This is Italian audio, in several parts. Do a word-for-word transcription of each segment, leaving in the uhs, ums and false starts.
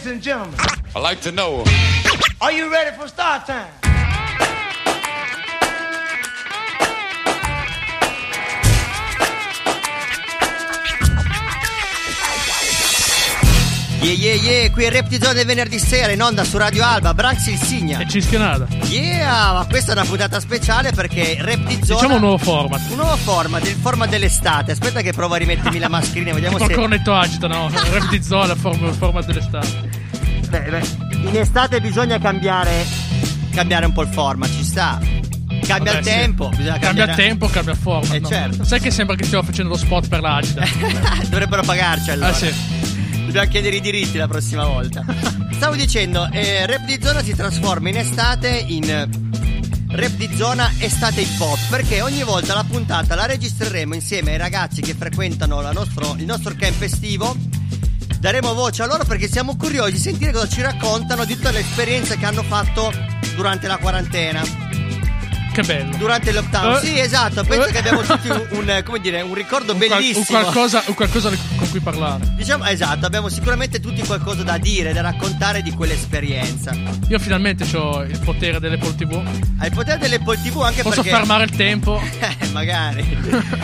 Ladies and gentlemen, I like to know. Are you ready for start time? Yeah yeah yeah, qui è Rap di Zona del venerdì sera in onda su Radio Alba, Branx il Signa e Cischionada. Yeah, ma questa è una puntata speciale perché Rap di Zona, diciamo un nuovo format. Un nuovo format, il format dell'estate. Aspetta che provo a rimettermi la mascherina, vediamo tipo se... il cornetto agita, no? Rap di Zona, form- format dell'estate. Beh, beh, in estate bisogna cambiare cambiare un po' il format, ci sta. Cambia Vabbè, il sì. tempo, bisogna Cambia cambiare... il tempo, cambia il format. Eh no? certo. Sai che sembra che stiamo facendo lo spot per l'agita. Dovrebbero pagarci allora. Ah sì. Dobbiamo chiedere i diritti la prossima volta. Stavo dicendo, eh, Rap di Zona si trasforma in estate in Rap di Zona estate hip hop, perché ogni volta la puntata la registreremo insieme ai ragazzi che frequentano la nostro, il nostro camp estivo. Daremo voce a loro perché siamo curiosi di sentire cosa ci raccontano di tutte le esperienze che hanno fatto durante la quarantena. Che bello. Durante il lockdown. Uh, sì, esatto, penso uh, che abbiamo tutti un, un come dire, un ricordo un qual- bellissimo. Un qualcosa, un qualcosa con cui parlare. Diciamo, esatto, abbiamo sicuramente tutti qualcosa da dire, da raccontare di quell'esperienza. Io finalmente ho il potere dell'Apple tivù. Hai il potere dell'Apple tivù anche Posso perché... fermare il tempo. Eh, magari.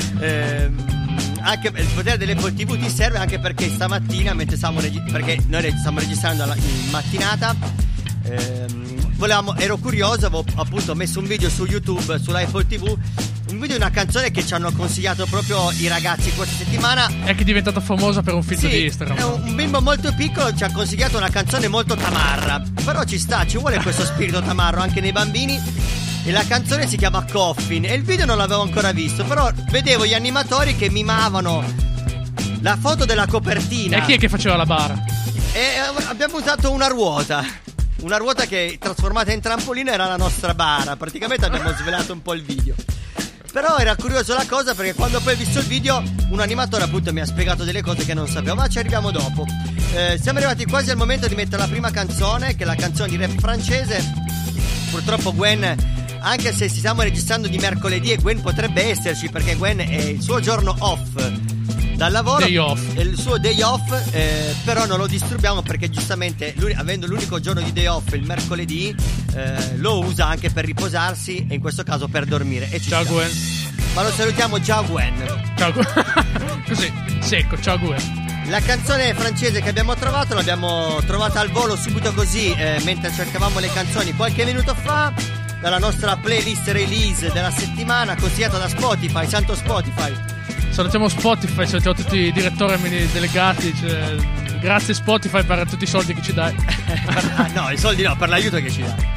ehm, anche il potere dell'Apple tivù ti serve anche perché stamattina, mentre stiamo regi- perché noi reg- stiamo registrando la- in mattinata, ehm, volevamo, ero curioso, avevo appunto messo un video su YouTube, sull'Apple tivù, un video di una canzone che ci hanno consigliato proprio i ragazzi questa settimana. È che è diventata famosa per un filtro Sì, di Instagram. è un, un bimbo molto piccolo ci ha consigliato una canzone molto tamarra. Però ci sta, ci vuole questo spirito tamarro anche nei bambini. E la canzone si chiama Coffin. E il video non l'avevo ancora visto, però vedevo gli animatori che mimavano la foto della copertina. E chi è che faceva la bara? E abbiamo usato una ruota. Una ruota che trasformata in trampolino era la nostra bara. Praticamente abbiamo svelato un po' il video. Però era curioso la cosa perché quando poi ho visto il video un animatore appunto mi ha spiegato delle cose che non sapevo, ma ci arriviamo dopo. eh, Siamo arrivati quasi al momento di mettere la prima canzone, che è la canzone di rap francese. Purtroppo Gwen, anche se stiamo registrando di mercoledì e Gwen potrebbe esserci perché Gwen è il suo giorno off dal lavoro, day off. è il suo day off, eh, però non lo disturbiamo perché giustamente lui, avendo l'unico giorno di day off il mercoledì, eh, lo usa anche per riposarsi e in questo caso per dormire. E ci Ciao sta. Gwen. Ma lo salutiamo, ciao Gwen. Ciao Gwen. Così, secco, ciao Gwen. La canzone francese che abbiamo trovato l'abbiamo trovata al volo subito così, eh, mentre cercavamo le canzoni qualche minuto fa, dalla nostra playlist release della settimana consigliata da Spotify, santo Spotify. Salutiamo Spotify, salutiamo tutti i direttori e i delegati, cioè, grazie Spotify per tutti i soldi che ci dai. No, i soldi no, per l'aiuto che ci dai.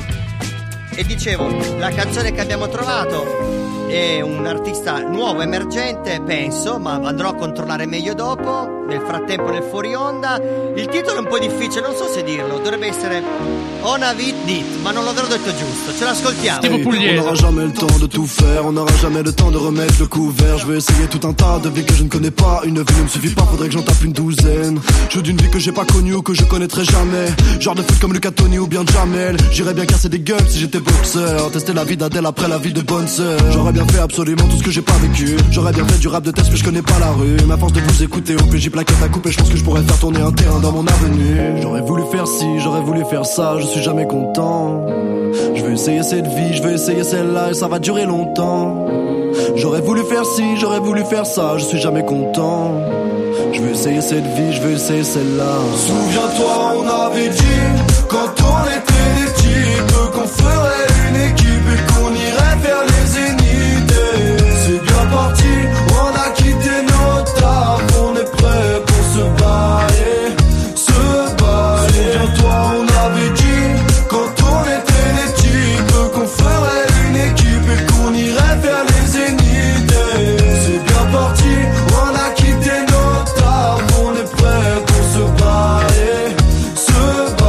E dicevo, la canzone che abbiamo trovato è un artista nuovo, emergente, penso, ma andrò a controllare meglio dopo. Nel frattempo nel fuori onda. Il titolo è un po' difficile, non so se dirlo. Dovrebbe essere On a vite dit, ma non l'avrò detto giusto. Ce l'ascoltiamo. Tipo pugliese. On n'aura jamais le temps de tout faire, on n'aura jamais le temps de remettre le couvert. Je veux essayer tout un tas de vies que je ne connais pas. Une vie ne me suffit pas, faudrait que j'en tape une douzaine. Je veux d'une vie que j'ai pas connue ou que je connaîtrai jamais. Genre de foot comme Luca Toni ou bien Jamel. J'irais bien casser des gueules si j'étais boxeur. Tester la vie d'Adèle après la vie de bonne sœur. J'aurais bien fait absolument tout ce que j'ai pas vécu. J'aurais bien fait du rap de test mais je connais pas la rue. Mais à force de vous écouter au P J plaquette à couper, je pense que je pourrais faire tourner un terrain dans mon avenue. J'aurais voulu faire ci, j'aurais voulu faire ça, je suis jamais content. Je veux essayer cette vie, je veux essayer celle-là et ça va durer longtemps. J'aurais voulu faire ci, j'aurais voulu faire ça, je suis jamais content. Je veux essayer cette vie, je veux essayer celle-là. Souviens-toi, on avait dit, quand on était des types, qu'on ferait une équipe et qu'on irait vers les zéniths. C'est bien parti, on a quitté nos tables, on est prêt pour se bailler, se bailler. Souviens-toi, on avait dit, quand on était des types, qu'on ferait une équipe et qu'on irait vers les zéniths. C'est bien parti, on a quitté nos tables, on est prêt pour se bailler, se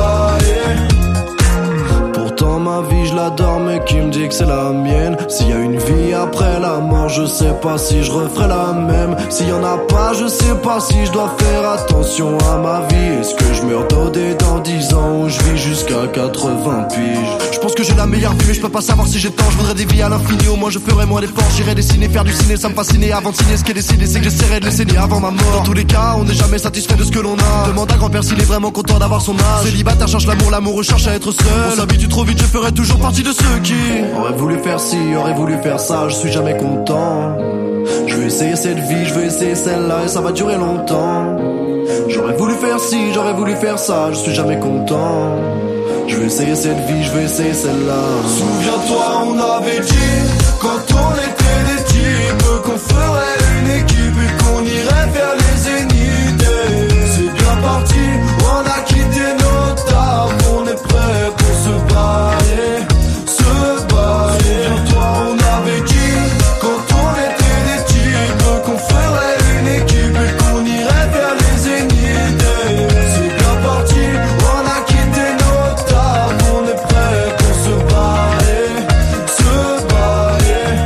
bailler. Pourtant ma vie je l'adore mais qui me dit que c'est la mienne. S'il y a une vie après la mort je sais pas si je referai la même. S'il y en a pas, je sais pas si je dois faire attention à ma vie. Est-ce que je meurs dodé dans dix ans ou je vis jusqu'à quatre-vingts piges? Je pense que j'ai la meilleure vie mais je peux pas savoir si j'ai temps. Je voudrais des vies à l'infini, au moins je ferai moins d'efforts. J'irai dessiner, faire du ciné, ça me fascinait. Avant de signer, ce qui est décidé c'est que j'essaierai de le saigner avant ma mort. Dans tous les cas, on n'est jamais satisfait de ce que l'on a. Demande à grand-père s'il est vraiment content d'avoir son âge. Célibataire cherche l'amour, l'amour recherche à être seul. On s'habitue trop vite, je ferai toujours partie de ceux qui aurait voulu faire ci, aurait voulu faire ça, je suis jamais content. Je veux essayer cette vie, je veux essayer celle-là et ça va durer longtemps. J'aurais voulu faire ci, j'aurais voulu faire ça, je suis jamais content. Je veux essayer cette vie, je veux essayer celle-là. Souviens-toi, on avait dit, quand on était des types, qu'on ferait une équipe et qu'on irait vers les zéniths. C'est bien parti, on a quitté nos tables, on est prêt pour se barrer. Souviens-toi, on avait dit, quand on était des types, qu'on ferait une équipe et qu'on irait vers les zéniths. C'est bien parti, on a quitté nos tables, on est prêt pour se barrer, se barrer.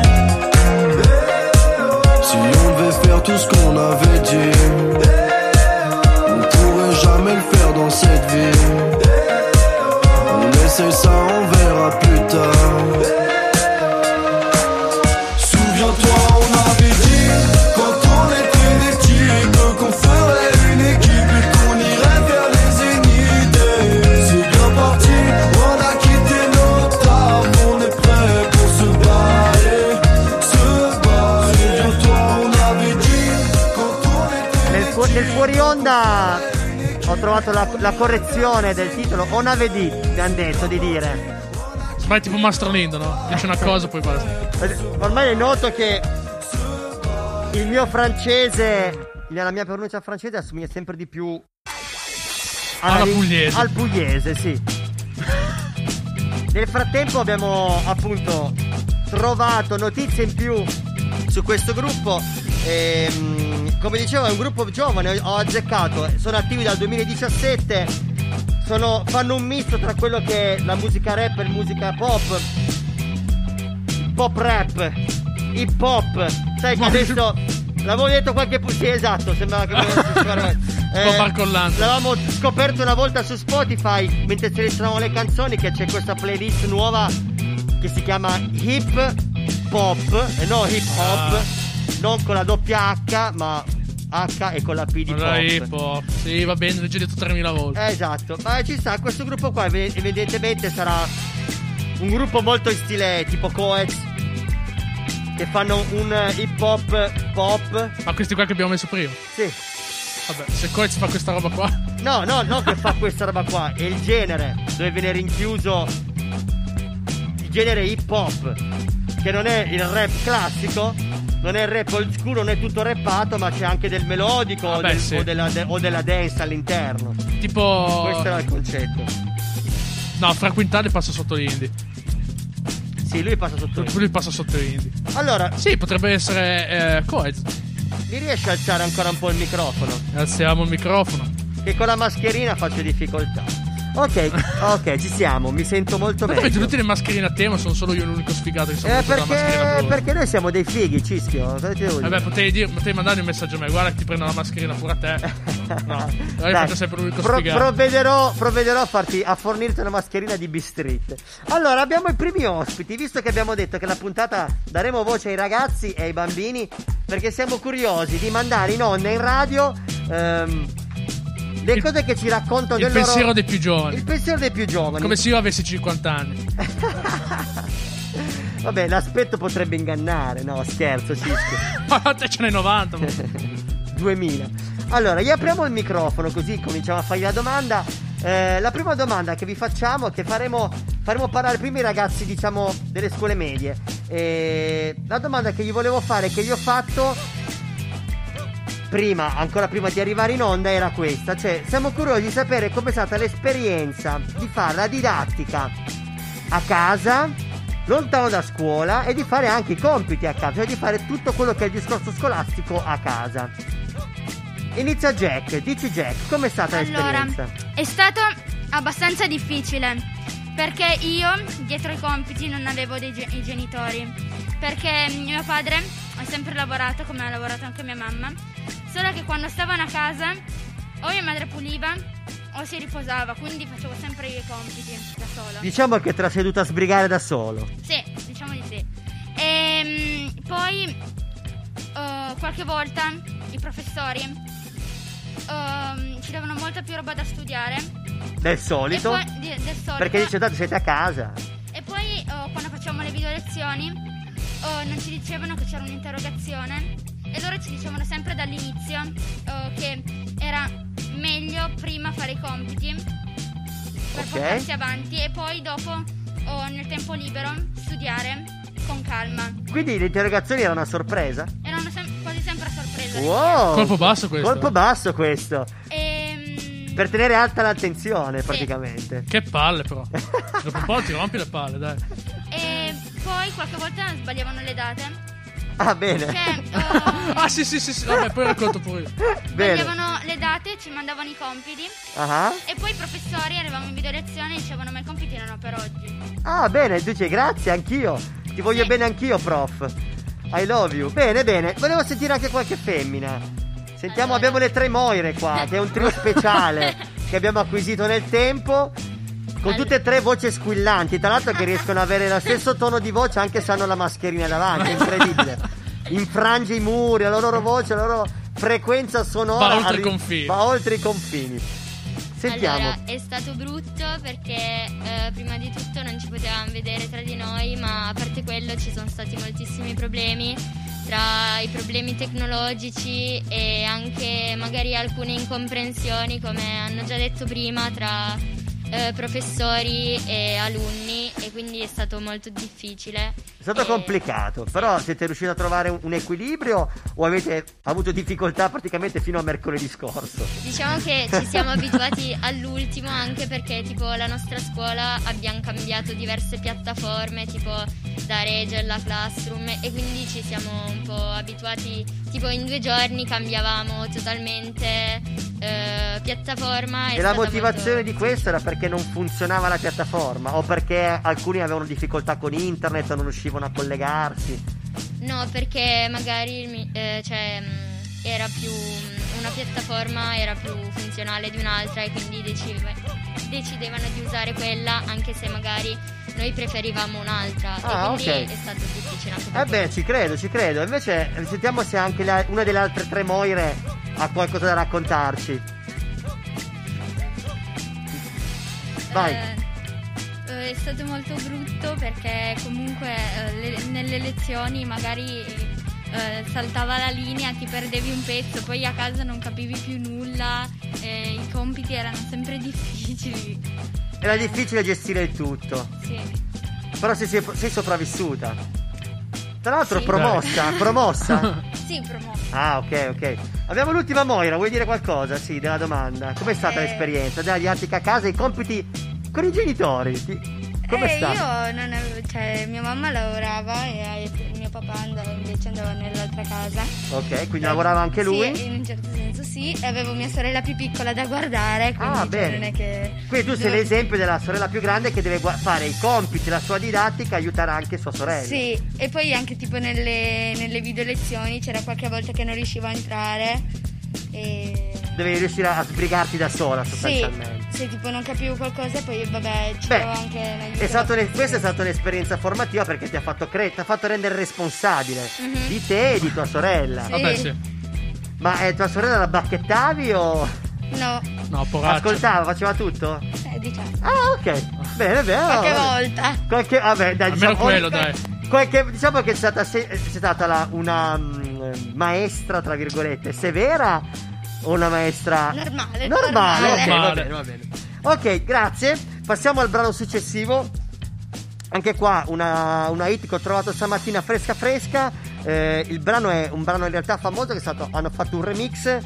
Si on devait faire tout ce qu'on avait dit, on pourrait jamais le faire dans cette vie. On essaie ça, on verra plus tard. Souviens-toi, on avait dit, quand on était des types, qu'on ferait une équipe et qu'on irait vers les zéniths. C'est bien parti, on a quitté nos tables, on est prêt pour se barrer, se barrer. Souviens-toi, on avait dit, quand on était Nel, fu- nel fuori onda ho trovato la, la correzione del titolo. On avait dit, mi hanno detto di dire. Vai tipo Mastro Lindo, no? Dice una cosa poi basta. Ormai è noto che il mio francese, la mia pronuncia francese assomiglia sempre di più Alla pugliese. Al pugliese, sì. Nel frattempo abbiamo appunto trovato notizie in più su questo gruppo. Ehm, come dicevo, è un gruppo giovane, ho azzeccato, sono attivi dal duemiladiciassette, sono, fanno un misto tra quello che è la musica rap e la musica pop, pop rap, hip hop. Sai che adesso l'avevo detto qualche pu- sì, esatto, sembrava che eh, barcollante. L'avevamo scoperto una volta su Spotify mentre selezionavamo le canzoni, che c'è questa playlist nuova che si chiama Hip Pop, e eh, no hip hop, ah. non con la doppia H ma H e con la P di allora, pop. hip hop. Sì, va bene, l'ho già detto tremila volte. Eh, esatto, ma ci sta, questo gruppo qua evidentemente sarà un gruppo molto in stile tipo Coez, che fanno un hip hop pop. Ma questi qua che abbiamo messo prima? Sì. Vabbè, se Coez fa questa roba qua. No, no, no che fa questa roba qua, è il genere dove viene rinchiuso il genere hip hop, che non è il rap classico, non è il rap old school, non è tutto rappato, ma c'è anche del melodico. Vabbè, o, del, sì. o, della, de, o della dance all'interno. Tipo. Questo era il concetto. No, Fra Quintale passa sotto l'indie. Sì, lui passa sotto l'indie. Lui passa sotto l'indie. Allora, sì, potrebbe essere eh, Coez. Mi riesci a alzare ancora un po' il microfono? Alziamo il microfono. Che con la mascherina faccio difficoltà. Ok, ok, ci siamo, mi sento molto ma meglio. Ma tutte le mascherine a tema, sono solo io l'unico sfigato che sono eh, perché, la mascherina blu. Perché noi siamo dei fighi, Cischio. Cosa ti devo dire? Vabbè, potevi, dire, potevi mandare un messaggio a me, guarda che ti prendo la mascherina pure a te. No, io faccio sempre l'unico pro- sfigato. Provvederò, provvederò a farti a fornirti una mascherina di B-Street. Allora, abbiamo i primi ospiti, visto che abbiamo detto che la puntata daremo voce ai ragazzi e ai bambini, perché siamo curiosi di mandare in onda in radio ehm, le il, cose che ci raccontano il del pensiero loro... dei più giovani. Il pensiero dei più giovani. Come se io avessi cinquanta anni. Vabbè, l'aspetto potrebbe ingannare. No, scherzo, Cischio. Ma te ce n'hai novanta. duemila. Allora, gli apriamo il microfono così cominciamo a fargli la domanda. Eh, la prima domanda che vi facciamo è che faremo, faremo parlare prima i ragazzi, diciamo, delle scuole medie. Eh, la domanda che gli volevo fare, che gli ho fatto prima, ancora prima di arrivare in onda, era questa. Cioè, siamo curiosi di sapere com'è stata l'esperienza di fare la didattica a casa, lontano da scuola, e di fare anche i compiti a casa, cioè di fare tutto quello che è il discorso scolastico a casa. Inizia Jack, dici Jack, com'è stata allora, l'esperienza? È stato abbastanza difficile, perché io dietro i compiti non avevo dei ge- i genitori, perché mio padre ho sempre lavorato come ha lavorato anche mia mamma, solo che quando stavano a casa o mia madre puliva o si riposava, quindi facevo sempre io i compiti da sola. Diciamo che te la sei dovuta sbrigare da solo. Sì, diciamo di sì. E poi uh, qualche volta i professori uh, ci davano molta più roba da studiare Del solito? poi, di, del solito. Perché dice tanto siete a casa. E poi uh, quando facevamo le video lezioni uh, non ci dicevano che c'era un'interrogazione e loro ci dicevano sempre dall'inizio uh, che era meglio prima fare i compiti per Ok. portarsi avanti e poi dopo uh, nel tempo libero studiare con calma. Quindi le interrogazioni erano una sorpresa? Erano sem- quasi sempre a sorpresa. Wow! Colpo basso questo. Colpo basso questo. Ehm, Per tenere alta l'attenzione, praticamente. Che palle però. Dopo un po' ti rompi le palle, dai. E poi qualche volta sbagliavano le date. Ah, bene. Cioè, uh, Ah sì sì sì, sì. Vabbè, poi racconto pure io. Bene. sbagliavano le date, ci mandavano i compiti. Ah, E poi i professori, arrivavamo in video lezione e dicevano ma i compiti erano per oggi. ah, bene, tu dici grazie, anch'io. Ti voglio Sì. bene anch'io, prof. I love you. Bene, bene. Volevo sentire anche qualche femmina. Sentiamo, Allora. abbiamo le tre Moire qua, che è un trio speciale che abbiamo acquisito nel tempo. Con tutte e tre voci squillanti, tra l'altro che riescono ad avere lo stesso tono di voce anche se hanno la mascherina davanti, è incredibile. Infrange i muri, la loro voce, la loro frequenza sonora Va oltre arri- i confini. Va oltre i confini. Sentiamo. Allora, è stato brutto perché eh, prima di tutto non ci potevamo vedere tra di noi, ma a parte quello ci sono stati moltissimi problemi, tra i problemi tecnologici e anche magari alcune incomprensioni, come hanno già detto prima, tra eh, professori e alunni, e quindi è stato molto difficile. È stato E- complicato, però siete riusciti a trovare un, un equilibrio o avete avuto difficoltà praticamente fino a mercoledì scorso? Diciamo che ci siamo abituati all'ultimo, anche perché tipo la nostra scuola abbiamo cambiato diverse piattaforme, tipo da Regel a Classroom, e quindi ci siamo un po' abituati, tipo in due giorni cambiavamo totalmente eh, piattaforma. E la motivazione di questo era perché non funzionava la piattaforma o perché alcuni avevano difficoltà con internet o non riuscivano a collegarsi? No, perché magari mi- eh, cioè, mh, era più mh, una piattaforma era più funzionale di un'altra, e quindi decide- decidevano di usare quella, anche se magari noi preferivamo un'altra. Ah, e quindi ok. è stato difficile anche Eh per beh, ci credo, ci credo. Invece sentiamo se anche la- una delle altre tre Moire ha qualcosa da raccontarci. Vai. Eh, eh, è stato molto brutto perché comunque eh, le- nelle lezioni magari eh, saltava la linea, ti perdevi un pezzo, poi a casa non capivi più nulla, eh, i compiti erano sempre difficili. Era difficile gestire il tutto, Sì. però sei, sei, sei sopravvissuta. Tra l'altro Sì. promossa, promossa. Sì, promosso. Ah, ok, ok. Abbiamo l'ultima Moira, vuoi dire qualcosa? Sì, della domanda. Com'è stata Eh. l'esperienza? Della didattica a casa, i compiti con i genitori. Ti- Com'è Eh, stato? io non avevo, cioè mia mamma lavorava e eh, mio papà andava, invece andava nell'altra casa. Ok, quindi lavorava anche lui? Sì, in un certo senso sì, e avevo mia sorella più piccola da guardare, quindi Ah, cioè, bene. non è che... Quindi tu sei dovevo- l'esempio della sorella più grande che deve gua- fare i compiti, la sua didattica, aiutare anche sua sorella. Sì, e poi anche tipo nelle, nelle video lezioni c'era qualche volta che non riuscivo a entrare e... Devi riuscire a sbrigarti da sola, Sì, sostanzialmente. se tipo non capivo qualcosa poi vabbè ci Beh, avevo anche un aiuto È stato da- un- questa è stata un'esperienza formativa perché ti ha fatto, cre- ti ha fatto rendere responsabile Mhm. di te e di tua sorella. Sì. Vabbè sì. Ma eh, tua sorella la bacchettavi o No, No, poraccio. ascoltava, faceva tutto? eh, diciamo. Ah, ok. Bene, bene. Qualche vabbè. volta. Qualche, vabbè, dai, Almeno diciamo, quello, qualche- dai. qualche- diciamo che è stata, se- è stata la- una mm, maestra, tra virgolette, severa o una maestra Normale, normale? normale. Ok, va Normale. bene, va bene. Ok, grazie. Passiamo al brano successivo. Anche qua una, una hit che ho trovato stamattina fresca fresca. Eh, il brano è un brano in realtà famoso che è stato, hanno fatto un remix.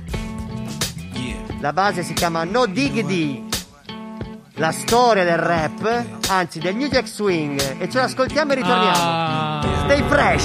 La base si chiama No Diggity. La storia del rap, anzi del New Jack Swing. E ce l'ascoltiamo e ritorniamo. Ah. Stay fresh.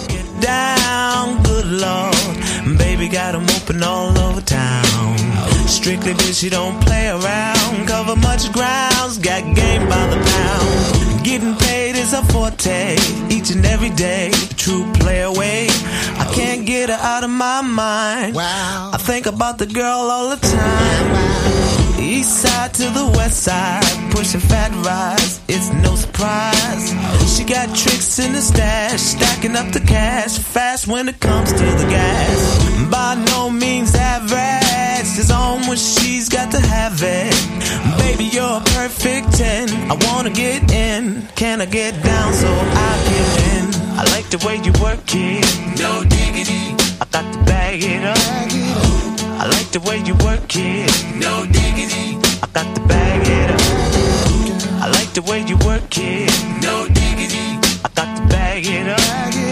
Down, good lord, baby got 'em open all over town. Strictly bitch, you don't play around. Cover much grounds, got game by the pound. Getting paid is a forte, each and every day. True play away. I can't get her out of my mind. Wow. I think about the girl all the time. Wow. East side to the west side, pushing fat rides, it's no surprise. She got tricks in the stash, stacking up the cash, fast when it comes to the gas. By no means average, it's on when she's got to have it. Baby, you're a perfect ten, I wanna get in. Can I get down so I get in? I like the way you work it, no diggity. I got to bag it up. I like the way you work it, no diggity. I got to bag it up. I like the way you work it, no diggity. I got to bag it up.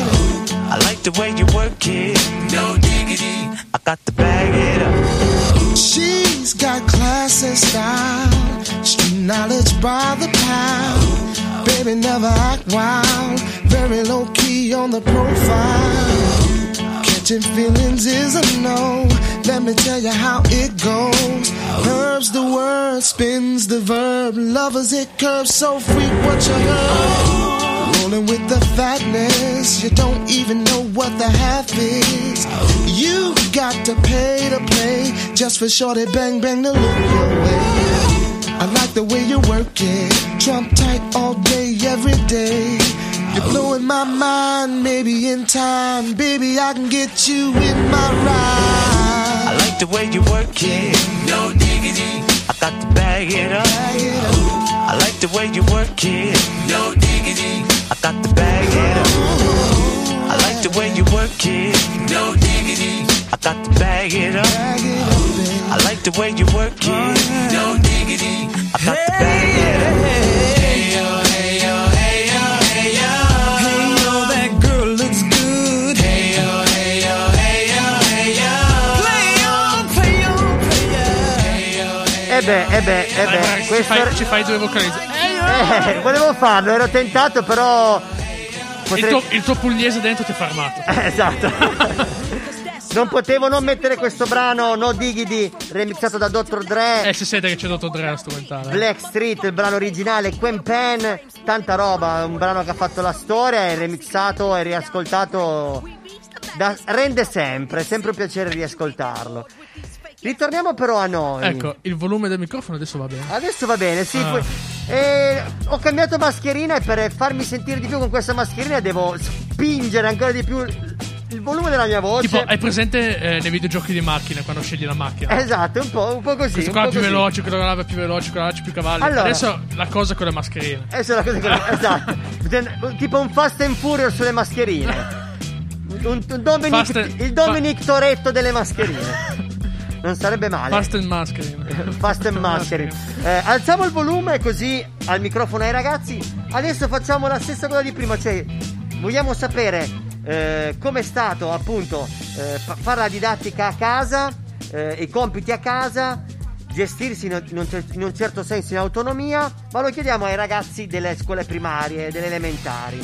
I like the way you work it, no diggity. I got to bag it up. She's got class and style, street knowledge by the pound. Baby never act wild, very low key on the profile. Catching feelings is a no, let me tell you how it goes. Curves the word, spins the verb, lovers it curves so freak what you heard. Rolling with the fatness, you don't even know what the half is. You got to pay to play, just for shorty bang bang to look your way. I like the way you work it, trump tight all day, every day. You're blowing my mind, maybe in time, baby, I can get you in my ride. I like the way you work it, no diggity. I got to bag it up. I like the way you work it, no diggity. I got to bag it up. I like the way you work it, no diggity. I got to bag it up. I like the way you work it, no diggity. I got to bag it up. Hey yo, hey yo, hey yo, hey yo. Hey yo, that girl looks good. Hey yo, hey yo, hey yo, hey yo. Play on, play on, play on. Hey yo, hey yo. E beh, e beh, e beh. Ci Questo fai, era- ci fai due vocalizzi. Eh, volevo farlo, ero tentato, però. Il potrei- tuo, il tuo pugliese dentro ti ha fermato. Eh, esatto. Non potevo non mettere questo brano No Diggity remixato da doctor Dre. Eh, si sente che c'è dottor Dre strumentale. Black Street, il brano originale, Quen Pen, tanta roba, un brano che ha fatto la storia, è remixato e riascoltato, da, rende sempre, sempre un piacere riascoltarlo. Ritorniamo però a noi. Ecco, il volume del microfono adesso va bene. Adesso va bene, sì. Ah. poi- eh, ho cambiato mascherina e per farmi sentire di più con questa mascherina devo spingere ancora di più il volume della mia voce. Tipo, hai presente eh, nei videogiochi di macchine quando scegli la macchina? Esatto, un po', un po' così. Questo un qua po' è più così. veloce, quello là è più veloce, quello là c'è più cavalli. Allora- Adesso la cosa con le mascherine. Adesso è la cosa che esatto. Tipo un Fast and Furious sulle mascherine. Un, un Dominic, Fast and- il Dominic Toretto delle mascherine. Non sarebbe male. Fast and mascherine. Fast and mascherine. Eh, alziamo il volume così al microfono ai ragazzi. Adesso facciamo la stessa cosa di prima, cioè vogliamo sapere eh, com'è stato appunto eh, fa- fare la didattica a casa, eh, i compiti a casa, gestirsi in, in, un, cer- in un certo senso in autonomia, ma lo chiediamo ai ragazzi delle scuole primarie, delle elementari.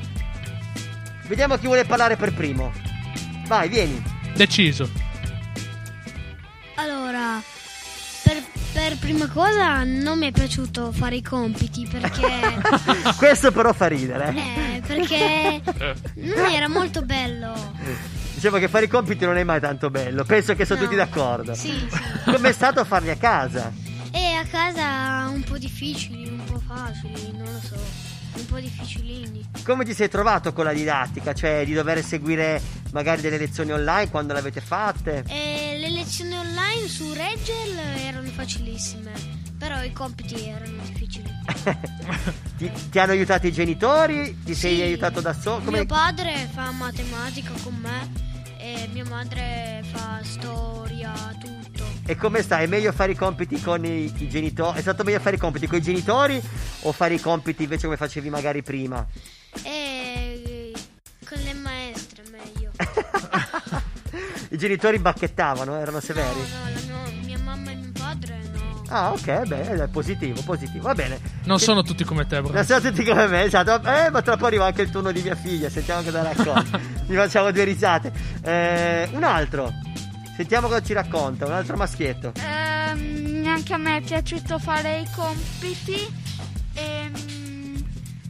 Vediamo chi vuole parlare per primo. Vai, vieni. Deciso. Allora, per, per prima cosa non mi è piaciuto fare i compiti perché, Questo però fa ridere. eh, perché non era molto bello. Diciamo che fare i compiti non è mai tanto bello. Penso che sono No. tutti d'accordo. Sì, sì. Com'è stato farli a casa? E a casa un po' difficili, un po' facili, non lo so, un po' difficilini. Come ti sei trovato con la didattica? Cioè di dover seguire magari delle lezioni online quando le avete fatte? E le lezioni online su Regel erano facilissime, però i compiti erano difficili. ti, ti hanno aiutato i genitori? Ti sei Sì. aiutato da solo? Come... Mio padre fa matematica con me e mia madre fa storia, tutto. E come sta? È meglio fare i compiti con i, i genitori? È stato meglio fare i compiti con i genitori o fare i compiti invece come facevi magari prima? E con le maestre meglio. I genitori bacchettavano, erano No, severi? no, la mia, mia mamma e mio padre no. Ah, ok, beh, è positivo, positivo. Va bene. Non sono tutti come te, bro. Non siamo tutti come me, esatto. Eh, ma tra poco arriva anche il turno di mia figlia. Sentiamo cosa racconta. Gli facciamo due risate. Eh, un altro. Sentiamo cosa ci racconta. Un altro maschietto. Ehm, anche a me è piaciuto fare i compiti. Ehm,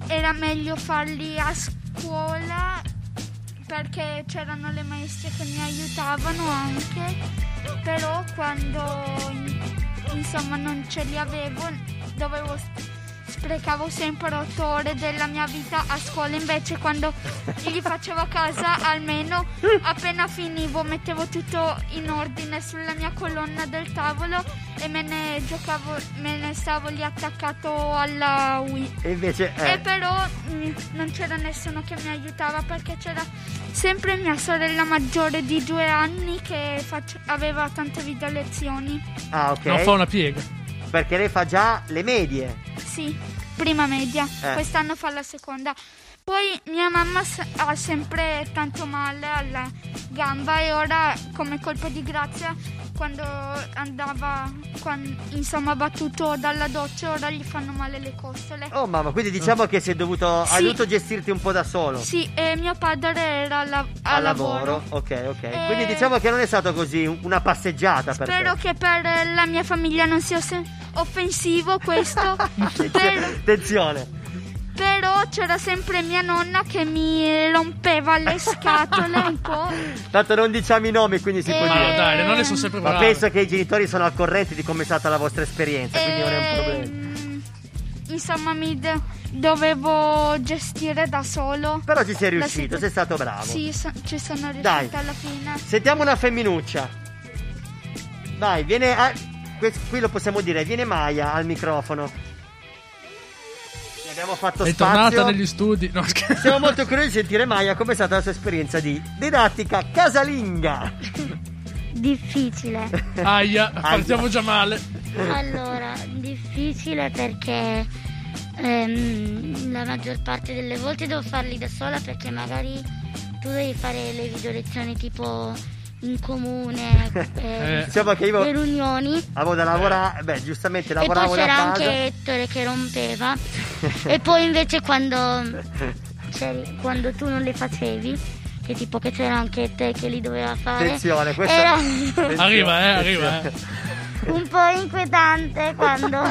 era meglio farli a scuola perché c'erano le maestre che mi aiutavano anche, però quando insomma non ce li avevo dovevo sprecavo sempre otto ore della mia vita a scuola, invece quando li facevo a casa almeno appena finivo mettevo tutto in ordine sulla mia colonna del tavolo e me ne giocavo, me ne stavo lì attaccato alla Wii. E invece eh. E però mh, non c'era nessuno che mi aiutava perché c'era sempre mia sorella maggiore di due anni che face- aveva tante video lezioni. Ah, ok. Non fa una piega. Perché lei fa già le medie. Sì, prima media, eh. quest'anno fa la seconda. Poi mia mamma ha sempre tanto male alla gamba e ora, come colpo di grazia, quando andava, quando, insomma, battuto dalla doccia, ora gli fanno male le costole. Oh mamma, quindi diciamo che si è dovuto, sì. hai dovuto gestirti un po' da solo. Sì, e mio padre era la, a, a lavoro. lavoro. Ok, ok. E... quindi diciamo che non è stato così una passeggiata per Spero te. che per la mia famiglia non sia offensivo questo. per... Attenzione. Però c'era sempre mia nonna che mi rompeva le scatole un po'. Tanto non diciamo i nomi, quindi si e... può dire. Ma dai, le nonne sono sempre brave. Ma penso che i genitori sono al corrente di come è stata la vostra esperienza, e... quindi non è un problema. Insomma, mi de- dovevo gestire da solo. Però ci sei riuscito, situ- sei stato bravo. Sì, so- ci sono riuscita Dai. alla fine. Sentiamo una femminuccia. Dai, viene a... qui lo possiamo dire, viene Maya al microfono. Abbiamo fatto è spazio. tornata negli studi. No, scher- Siamo molto curiosi di sentire Maya come è stata la sua esperienza di didattica casalinga. Difficile. Aia, partiamo già male. Allora, difficile perché ehm, la maggior parte delle volte devo farli da sola perché magari tu devi fare le video lezioni tipo in comune, eh, eh. Diciamo che io le riunioni. avevo da lavorare, beh giustamente lavoravo da casa. E poi c'era da casa. anche Ettore che rompeva. E poi invece quando, quando tu non le facevi, che tipo che c'era anche te che li doveva fare. Attenzione, questa era attenzione. Arriva, eh, arriva. Eh. Un po' inquietante quando.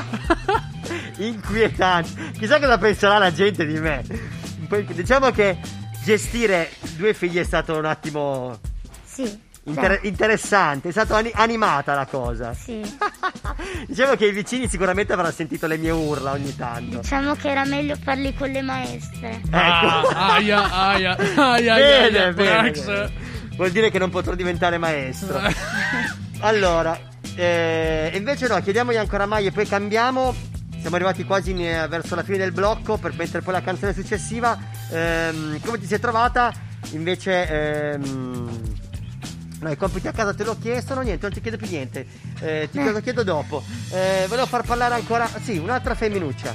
Inquietante. Chissà cosa penserà la gente di me. Diciamo che gestire due figli è stato un attimo. Sì. Inter- interessante, è stata ani- animata la cosa. Sì. Diciamo che i vicini sicuramente avranno sentito le mie urla ogni tanto. Diciamo che era meglio farli con le maestre. Ah, ecco. aia, aia, aia, Bene, aia, bene, Brax. bene. Vuol dire che non potrò diventare maestro. Allora, eh, invece no, chiediamogli ancora mai e poi cambiamo. Siamo arrivati quasi in, eh, verso la fine del blocco, per mentre poi la canzone successiva. Ehm, come ti sei trovata? Invece ehm, no, i compiti a casa te l'ho chiesto, no niente, non ti chiedo più niente. Eh, ti chiedo, chiedo dopo. Eh, volevo far parlare ancora. Sì, un'altra femminuccia.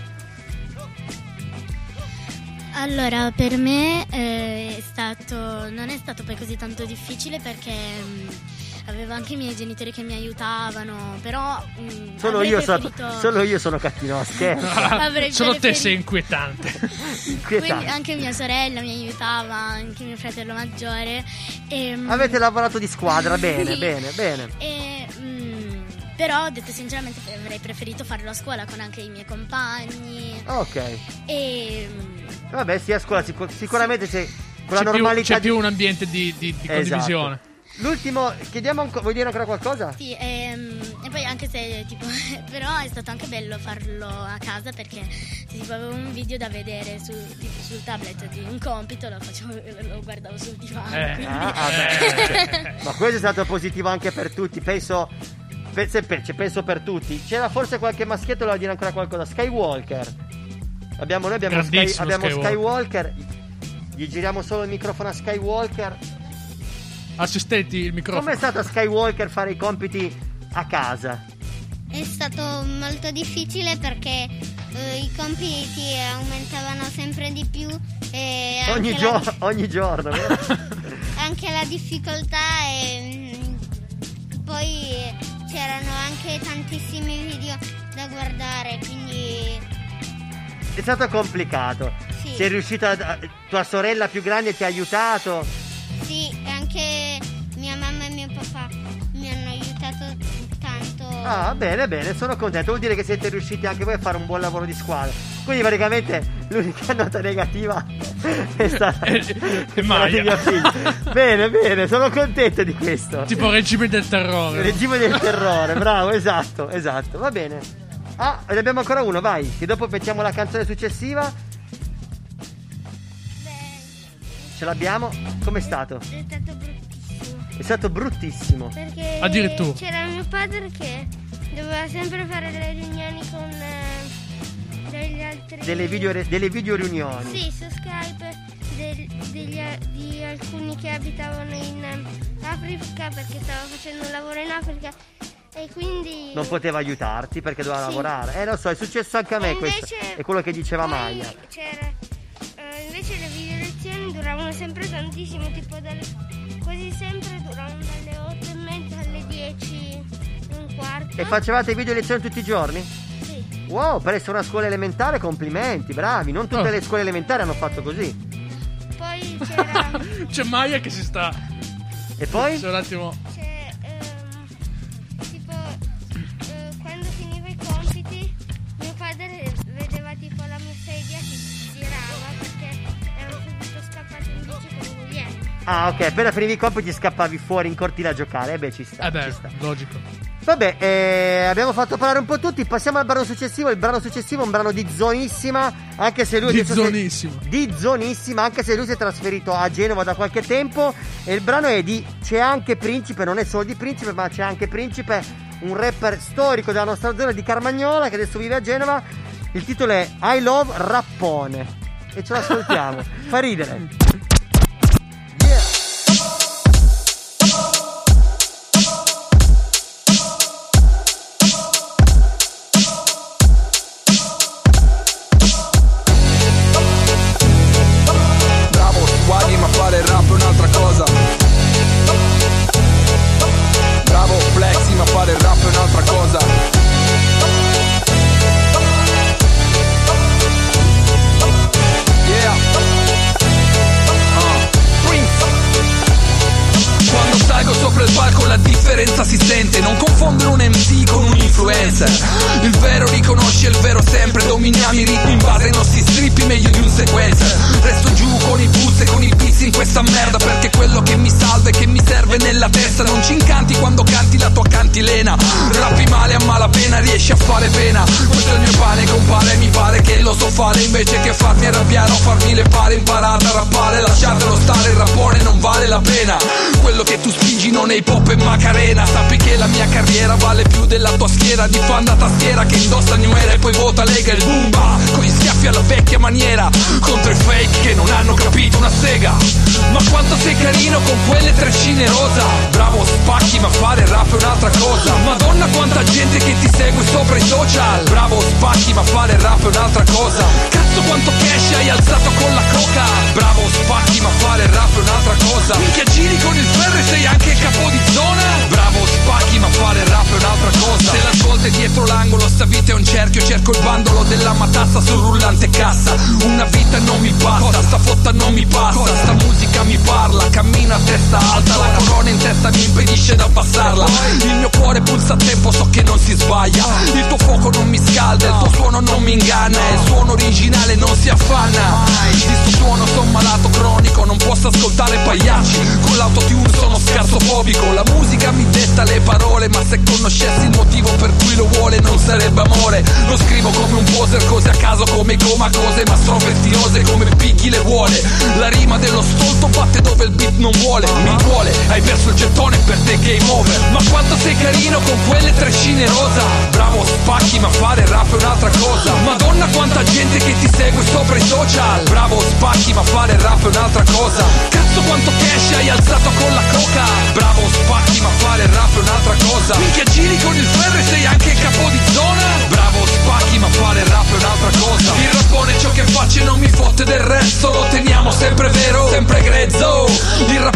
Allora, per me eh, è stato non è stato poi così tanto difficile perché mh, avevo anche i miei genitori che mi aiutavano, però mh, Solo avrei io, preferito... so, solo io sono cattivo, scherzo. Avrei Solo preferito... te sei inquietante. Inquietante. Quindi anche mia sorella mi aiutava, anche mio fratello maggiore. E, mh, Avete lavorato di squadra, bene, bene, bene. E, mh, però, detto sinceramente, avrei preferito farlo a scuola con anche i miei compagni. Ok. E mh, Vabbè, sì, a scuola sicur- sicuramente c'è con C'è la più, normalità c'è di... più un ambiente di, di, di condivisione. Esatto. L'ultimo, chiediamo ancora, vuoi dire ancora qualcosa? sì, e, e poi anche se tipo però è stato anche bello farlo a casa perché se tipo avevo un video da vedere su, tipo, sul tablet di un compito lo facevo, lo guardavo sul divano. Eh, quindi... Ah, ah, beh. Ma questo è stato positivo anche per tutti, penso penso per, cioè, penso per tutti. C'era forse qualche maschietto, voleva dire ancora qualcosa. Skywalker. Abbiamo, noi abbiamo, Sky, abbiamo Skywalker. Skywalker. Gli giriamo solo il microfono a Skywalker. Assistenti il microfono. Com'è stato a Skywalker fare i compiti a casa? È stato molto difficile perché eh, i compiti aumentavano sempre di più e Ogni, anche, gio- la, ogni giorno, vero? anche la difficoltà e mh, poi c'erano anche tantissimi video da guardare, quindi è stato complicato. Sì. Sei riuscita a, tua sorella più grande ti ha aiutato? sì, anche mia mamma e mio fa mi hanno aiutato tanto. Ah, bene, bene, sono contento. Vuol dire che siete riusciti anche voi a fare un buon lavoro di squadra. Quindi praticamente l'unica nota negativa è stata quella di mio figlio. Bene, bene, sono contento di questo. Tipo regime del terrore. Regime del terrore, bravo, esatto, esatto. Va bene. Ah, ne abbiamo ancora uno, vai. Che dopo mettiamo la canzone successiva. Ce l'abbiamo? Com'è stato? È stato bruttissimo. È stato bruttissimo. Perché addirittura c'era mio padre che doveva sempre fare le riunioni con eh, degli altri. Delle video, delle video riunioni. Sì, su Skype del, degli, di alcuni che abitavano in eh, Africa perché stava facendo un lavoro in Africa e quindi non poteva aiutarti perché doveva sì. lavorare. Eh, lo so, è successo anche a me. Invece, questo è quello che diceva Maya. C'era, eh, invece le video lezioni duravano sempre tantissimo, tipo dalle, quasi sempre duravano dalle otto e mezza alle dieci e un quarto. E facevate video lezioni tutti i giorni? Sì. Wow, per essere una scuola elementare, complimenti, bravi. Non tutte oh. le scuole elementari hanno fatto così. Poi c'era c'è Maya che si sta. E poi? C'è un attimo. C'è ehm, tipo eh, quando finivo i compiti mio padre vedeva tipo la mia sedia che si girava perché ero subito scappato in bici con i Guglielmi. Ah, ok, appena finivi i compiti scappavi fuori in cortile a giocare. Eh beh, ci sta. Eh beh, ci sta. logico. Vabbè, eh, abbiamo fatto parlare un po' tutti. Passiamo al brano successivo. Il brano successivo è un brano di Zonissima. Anche se lui Di adesso Zonissima si... Di Zonissima. Anche se lui si è trasferito a Genova da qualche tempo. E il brano è di C'è anche Principe. Non è solo di Principe, ma C'è anche Principe, un rapper storico della nostra zona di Carmagnola che adesso vive a Genova. Il titolo è I Love Rappone. E ce lo ascoltiamo. Fa ridere. Si sente, non confondere un M C con un influencer. Il vero riconosce il vero sempre. Dominiamo i ritmi in base ai nostri strippi meglio di un sequencer. Resto giù con i boots e con i beats in questa merda perché quello che mi salva e che mi serve nella testa. Non ci incanti quando canti la tua cantilena. Rappi male a malapena, riesci a fare pena. Questo è il mio pane compare, mi pare che lo so fare. Invece che farmi arrabbiare o farmi le pare. Imparate a rappare, lasciatelo stare. Il rappone non vale la pena. Quello che tu spingi non è hip hop e Macarena. Sappi che la mia carriera vale più della tua schiera di fan da tastiera che indossa New Era e poi vota Lega il Boomba con gli schiaffi alla vecchia maniera contro i fake che non hanno capito una sega. Ma quanto sei carino con quelle treccine rosa. Bravo spacchi ma fare rap è un'altra cosa. Madonna quanta gente che ti segue sopra i social. Bravo spacchi ma fare rap è un'altra cosa. Cazzo quanto cash hai alzato con la coca. Bravo spacchi ma fare rap è un'altra cosa. Minchia giri con il ferro e sei anche capo di zona. Bravo spacchi ma fare rap è un'altra cosa. Se l'ascolta è dietro l'angolo sta vita è un cerchio. Cerco il bandolo della matassa sul rullante cassa. Una vita non mi basta, sta fotta non mi passa. Sta musica mi parla, cammino a testa alta. La corona in testa mi impedisce di abbassarla. Il mio cuore pulsa a tempo, so che non si sbaglia. Il tuo fuoco non mi scalda, il tuo suono non mi inganna. Il suono originale non si affanna. Di sto suono son malato cronico, non posso ascoltare pagliacci. Con l'autotune sono scarsofobico. La musica mi detta le parole, ma se conoscessi il motivo per cui lo vuole non sarebbe amore. Lo scrivo come un poser, cose a caso come coma cose, ma strofe stilose come picchi le vuole. La rima dello stolto batte dove il beat non vuole. Mi duole, hai perso il gettone per te game over. Ma quanto sei carino con quelle treccine rosa. Bravo spacchi ma fare rap è un'altra cosa. Madonna quanta gente che ti segue sopra i social. Bravo spacchi ma fare rap è un'altra cosa. Cazzo quanto cash hai alzato con la coca. Bravo spacchi ma fare rap è un'altra cosa. Minchia giri con il ferro e sei anche capo di zona. Bravo spacchi ma fare rap è un'altra cosa. Il rappone ciò che faccio e non mi fotte del resto. Lo teniamo sempre vero, sempre grezzo. Il rappone ciò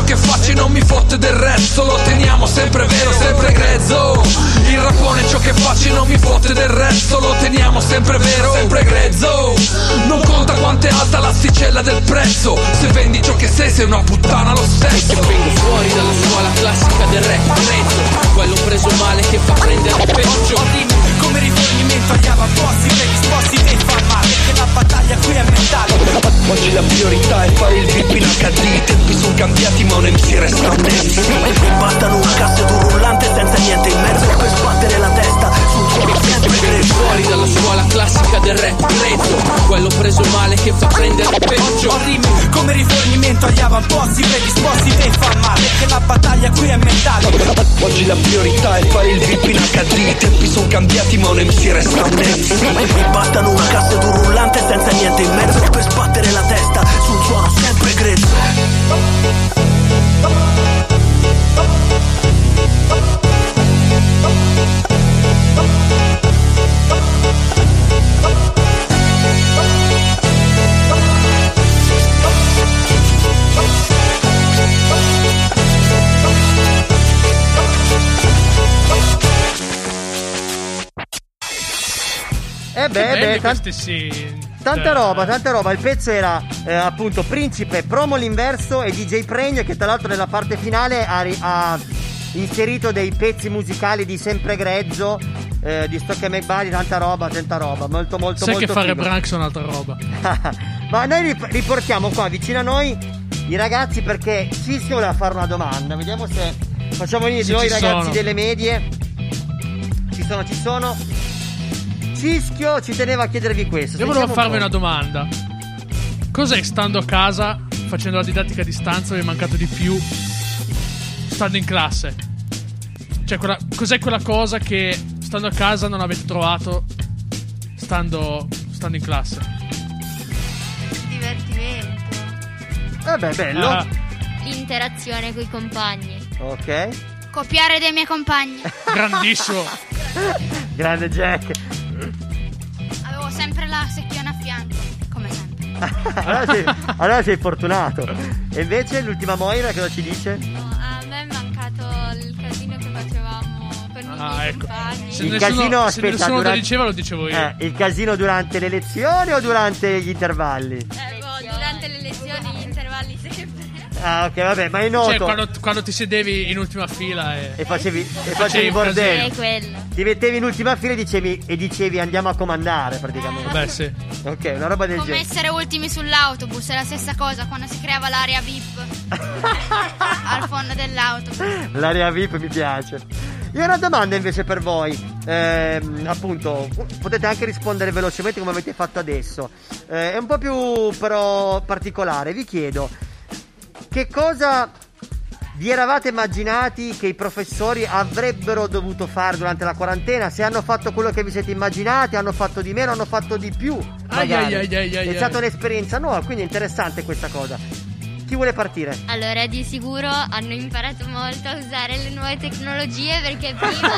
che faccio e non mi fotte del resto. Lo teniamo sempre vero, sempre grezzo. Il rapone è ciò che faccio e non mi fotte del resto. Lo teniamo sempre vero, sempre grezzo. Non conta quanto è alta l'asticella del prezzo. Se vendi ciò che sei, sei una puttana lo stesso. Vengo fuori dalla scuola classica del rap grezzo, quello preso male che fa prendere il peggio. Come rifornimento agli avamposti predisposti per far male, perché la battaglia qui è mentale. Oggi la priorità è fare il V I P in acca di. I tempi sono cambiati ma un M C resta un M C. Mi bastano una cassa ed un rullante senza niente in mezzo per sbattere la testa sul suolo sempre grezzo. Fuori dalla scuola classica del rap grezzo, quello preso male che fa prendere il peggio. Ho rime come rifornimento agli avamposti predisposti per far male, perché la battaglia qui è mentale. Oggi la priorità è fare il V I P in acca di. I tempi sono cambiati ma un M C resta un M C. Mi bastano una cassa ed un rullante senza niente in mezzo per sbattere la testa su un suono sempre grezzo. Eh beh, Che belli beh, tant- questi sì. tanta roba, tanta roba. Il pezzo era eh, appunto Principe, Promo l'Inverso e D J Pregno, che tra l'altro nella parte finale ha, ri- ha inserito dei pezzi musicali di Sempre Grezzo, eh, di Stock e McBuddy, tanta roba, tanta roba, molto molto Sai molto che fare figo. Branks è un'altra roba. Ma noi rip- riportiamo qua vicino a noi i ragazzi, perché Cischio voleva fare una domanda. Vediamo se facciamo venire di Se noi i ci ragazzi sono. delle medie. Ci sono, ci sono. Cischio ci teneva a chiedervi questo. Io volevo Sentiamo farvi un una po'. domanda. Cos'è stando a casa, facendo la didattica a distanza, vi è mancato di più stando in classe? Cioè, quella, cos'è quella cosa che stando a casa non avete trovato stando, stando in classe? Divertimento. Eh beh, bello. Ah. L'interazione coi compagni. Ok. Copiare dei miei compagni. Grandissimo. Grande Jack. Avevo sempre la secchiona a fianco, come sempre. allora, sei, allora sei fortunato. E invece l'ultima Moira cosa ci dice? A me è mancato il casino che facevamo con i Ah, miei ecco. compagni. Se Il nessuno, casino, se aspetta, nessuno durante- lo diceva, lo dicevo io. Eh, il casino durante le lezioni o durante gli intervalli? Eh, boh, durante le lezioni gli intervalli sempre. Ah, ok, vabbè, ma è noto. Cioè, quando, quando ti sedevi in ultima fila e, E facevi, e facevi Facevi il bordello. È quello. Ti mettevi in ultima fila e dicevi, e dicevi andiamo a comandare praticamente. Beh, sì. Ok, una roba del Come genere. essere ultimi sull'autobus, è la stessa cosa quando si creava l'area V I P al fondo dell'autobus. L'area V I P mi piace. Io ho una domanda invece per voi. Ehm, appunto, potete anche rispondere velocemente come avete fatto adesso. Eh, è un po' più però particolare. Vi chiedo, che cosa vi eravate immaginati che i professori avrebbero dovuto fare durante la quarantena? Se hanno fatto quello che vi siete immaginati, hanno fatto di meno, hanno fatto di più magari. Ai, ai, ai, ai, È ai. stata un'esperienza nuova, quindi è interessante questa cosa. Chi vuole partire? Allora, di sicuro hanno imparato molto a usare le nuove tecnologie, perché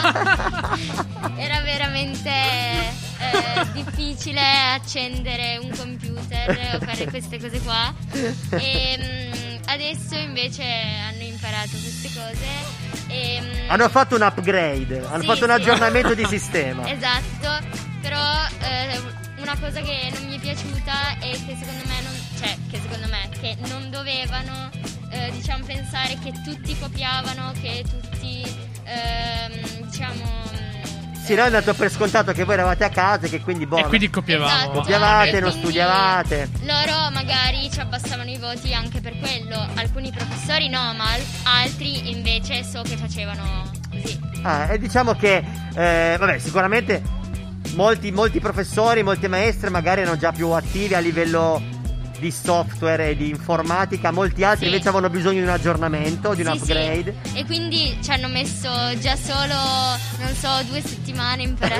prima era veramente eh, difficile accendere un computer o fare queste cose qua. E mh, adesso invece hanno imparato queste cose. E, mh, Hanno fatto un upgrade, hanno Sì, fatto un sì. aggiornamento di sistema. Esatto, però eh, una cosa che non mi è piaciuta è che secondo me non, cioè che secondo me che non dovevano eh, diciamo pensare che tutti copiavano, che tutti ehm, diciamo Sì, noi è andato per scontato che voi eravate a casa e che quindi boh, E quindi copiavamo. Esatto. copiavate, E non quindi studiavate. loro magari ci abbassavano i voti anche per quello. Alcuni professori no, ma al- altri invece so che facevano così. Ah, e diciamo che eh, vabbè, sicuramente molti, molti professori, molte maestre magari erano già più attivi a livello di software e di informatica, molti altri Sì. invece avevano bisogno di un aggiornamento, di un Sì, upgrade. sì. E quindi ci hanno messo già solo, non so, due settimane a imparare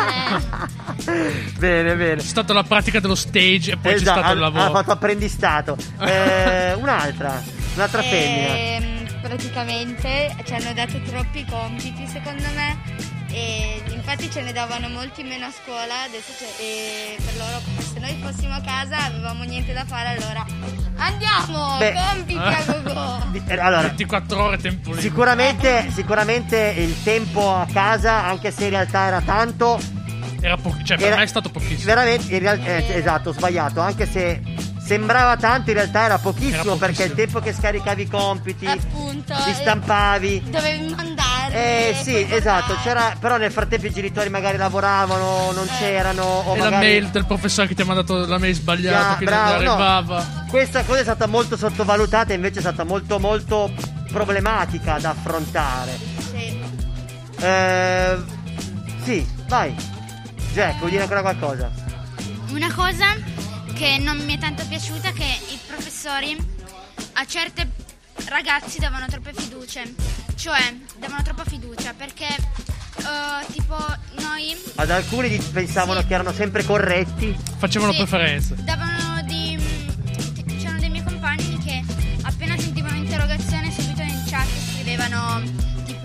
bene. Bene, bene. C'è stata la pratica dello stage e poi Esatto, c'è stato il ha- lavoro. ha fatto apprendistato. Eh, un'altra, un'altra femmina. Ehm, praticamente ci hanno dato troppi compiti secondo me, e infatti ce ne davano molti meno a scuola adesso, c'è- e per loro, se noi fossimo a casa avevamo niente da fare, allora Andiamo, Beh. compiti a gogo. Di- eh, Allora, ventiquattro ore tempo libero. sicuramente, sicuramente il tempo a casa, anche se in realtà era tanto, Era po- cioè, per Era- me è stato pochissimo. veramente, in real- eh, esatto, ho sbagliato, anche se sembrava tanto, in realtà era pochissimo, Era pochissimo. perché il tempo che scaricavi i compiti, Appunto. li stampavi. Dovevi mandare. Eh sì, esatto, c'era, però nel frattempo i genitori magari lavoravano, non c'erano, o E la magari... mail del professore che ti ha mandato la mail sbagliata, Ah, che bravo, non gli no. arrivava. Questa cosa è stata molto sottovalutata, invece è stata molto molto problematica da affrontare. Sì. Eh, sì, vai. Jack, vuoi dire ancora qualcosa? Una cosa che non mi è tanto piaciuta è che i professori a certe ragazzi davano troppe fiducie, cioè davano troppa fiducia perché eh, tipo noi Ad alcuni di- pensavano che erano sempre corretti. Facevano Sì. preferenze. davano di mm, c'erano dei miei compagni che appena sentivano interrogazione subito in chat scrivevano tipo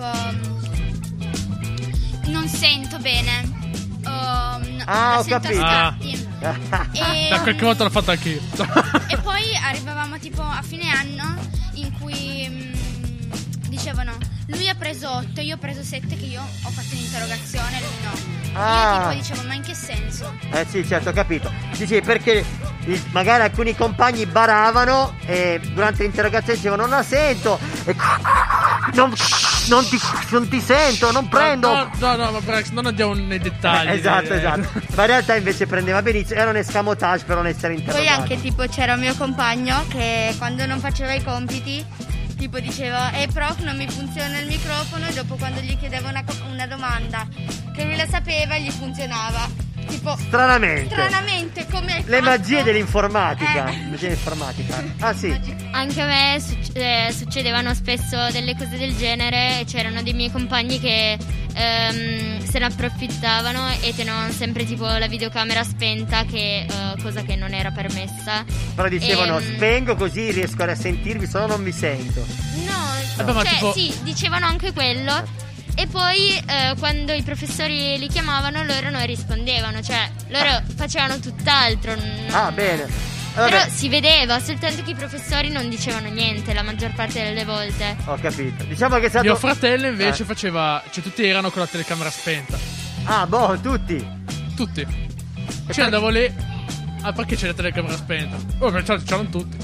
mm, non sento bene o mm, Ah, la ho sento capito. a scatti. E- Da qualche volta l'ho fatto anch'io. E poi arrivavamo tipo a fine anno in cui mm, dicevano lui ha preso otto, io ho preso sette, che io ho fatto un'interrogazione, lui no. Ah. Io tipo dicevo ma in che senso? Eh sì, certo, ho capito. Dici perché il- magari alcuni compagni baravano e durante l'interrogazione dicevano non la sento e non, non ti, non ti sento, non prendo. No, no, no, ma Brax, non andiamo nei dettagli. Eh, esatto, Eh. esatto. Ma in realtà invece prendeva benissimo, era un escamotage per non essere Poi interrogato. anche tipo c'era un mio compagno che quando non faceva i compiti tipo diceva eh prof non mi funziona il microfono, e dopo quando gli chiedevo una, co- una domanda che lui la sapeva gli funzionava. Tipo Stranamente. stranamente come hai Le fatto? magie dell'informatica. Eh. Magie dell'informatica. Ah sì. Anche a me succe- eh, succedevano spesso delle cose del genere. C'erano dei miei compagni che ehm, se ne approfittavano e tenevano sempre tipo la videocamera spenta, che eh, cosa che non era permessa. Però dicevano Ehm, spengo così riesco a sentirvi, solo non mi sento. No, Vabbè, ma cioè tipo- sì, dicevano anche quello. E poi eh, quando i professori li chiamavano loro non rispondevano, cioè loro facevano tutt'altro. non- Ah bene. Però Vabbè, si vedeva, soltanto che i professori non dicevano niente la maggior parte delle volte. ho capito. Diciamo che è stato. Mio fratello invece Eh. faceva. Cioè, tutti erano con la telecamera spenta. Ah, boh, tutti. Tutti. Cioè, andavo lì. Ah, perché c'è la telecamera spenta? Oh, ma c'erano c'erano tutti.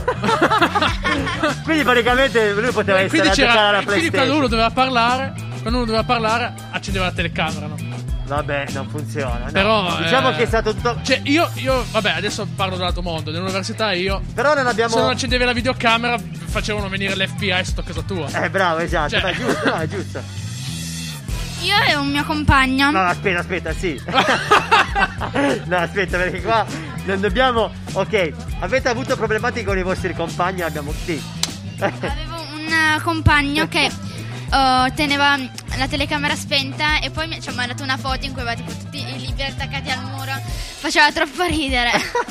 Quindi praticamente lui poteva essere Quindi, a giocare c'era, alla quindi quando PlayStation. uno doveva parlare, quando uno doveva parlare, accendeva la telecamera, no? Vabbè, non funziona. no. Però. Diciamo eh, che è stato tutto. Cioè, io, io. Vabbè, adesso parlo dell'altro mondo. Nell'università io. Però non abbiamo. Se non accendevi la videocamera, facevano venire l'F B I sotto casa tua. Eh, bravo, esatto. Cioè- Ma è giusto, no, è giusto. Io e un mio compagno No, aspetta, aspetta, sì. No, aspetta, perché qua non dobbiamo. Ok, avete avuto problematiche con i vostri compagni? Abbiamo. Sì. avevo un eh, compagno che eh, teneva la telecamera spenta e poi mi ci ha mandato una foto in cui aveva tipo tutti i libri attaccati al muro. Faceva troppo ridere.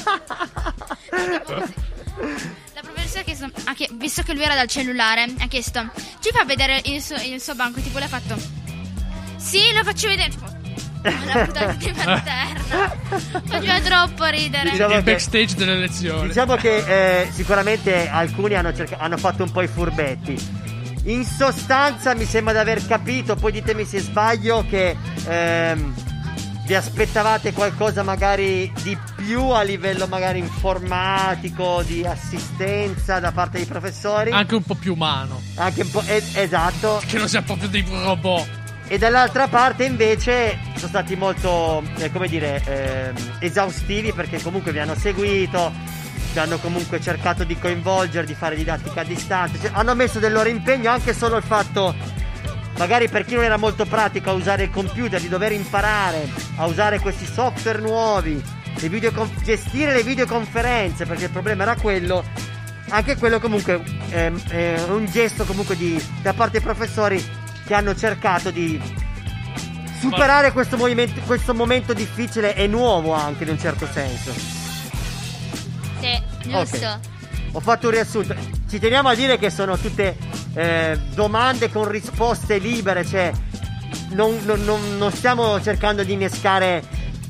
La professoressa ha chiesto, ha chie- visto che lui era dal cellulare, ha chiesto: ci fa vedere il suo, il suo banco? Tipo l'ha fatto: sì, lo faccio vedere. Tipo, la puttana di per terra. Faceva troppo ridere. Diciamo Il che- backstage delle lezioni. Diciamo che eh, sicuramente alcuni hanno, cerca- hanno fatto un po' i furbetti. In sostanza mi sembra di aver capito, poi ditemi se sbaglio, che ehm, vi aspettavate qualcosa magari di più a livello magari informatico, di assistenza da parte dei professori. Anche un po' più umano. Anche un po', es- esatto. Che non sia proprio dei robot. E dall'altra parte invece sono stati molto, eh, come dire, ehm, esaustivi, perché comunque vi hanno seguito, vi hanno comunque cercato di coinvolgere, di fare didattica a distanza, cioè, hanno messo del loro impegno. Anche solo il fatto, magari per chi non era molto pratico a usare il computer, di dover imparare a usare questi software nuovi, le videocon- gestire le videoconferenze, perché il problema era quello. Anche quello comunque ehm, è un gesto comunque di, da parte dei professori, che hanno cercato di superare questo, movimento, questo momento difficile e nuovo anche in un certo senso. Sì, giusto. Ok. Ho fatto un riassunto. Ci teniamo a dire che sono tutte eh, domande con risposte libere, cioè non, non- non- non stiamo cercando di innescare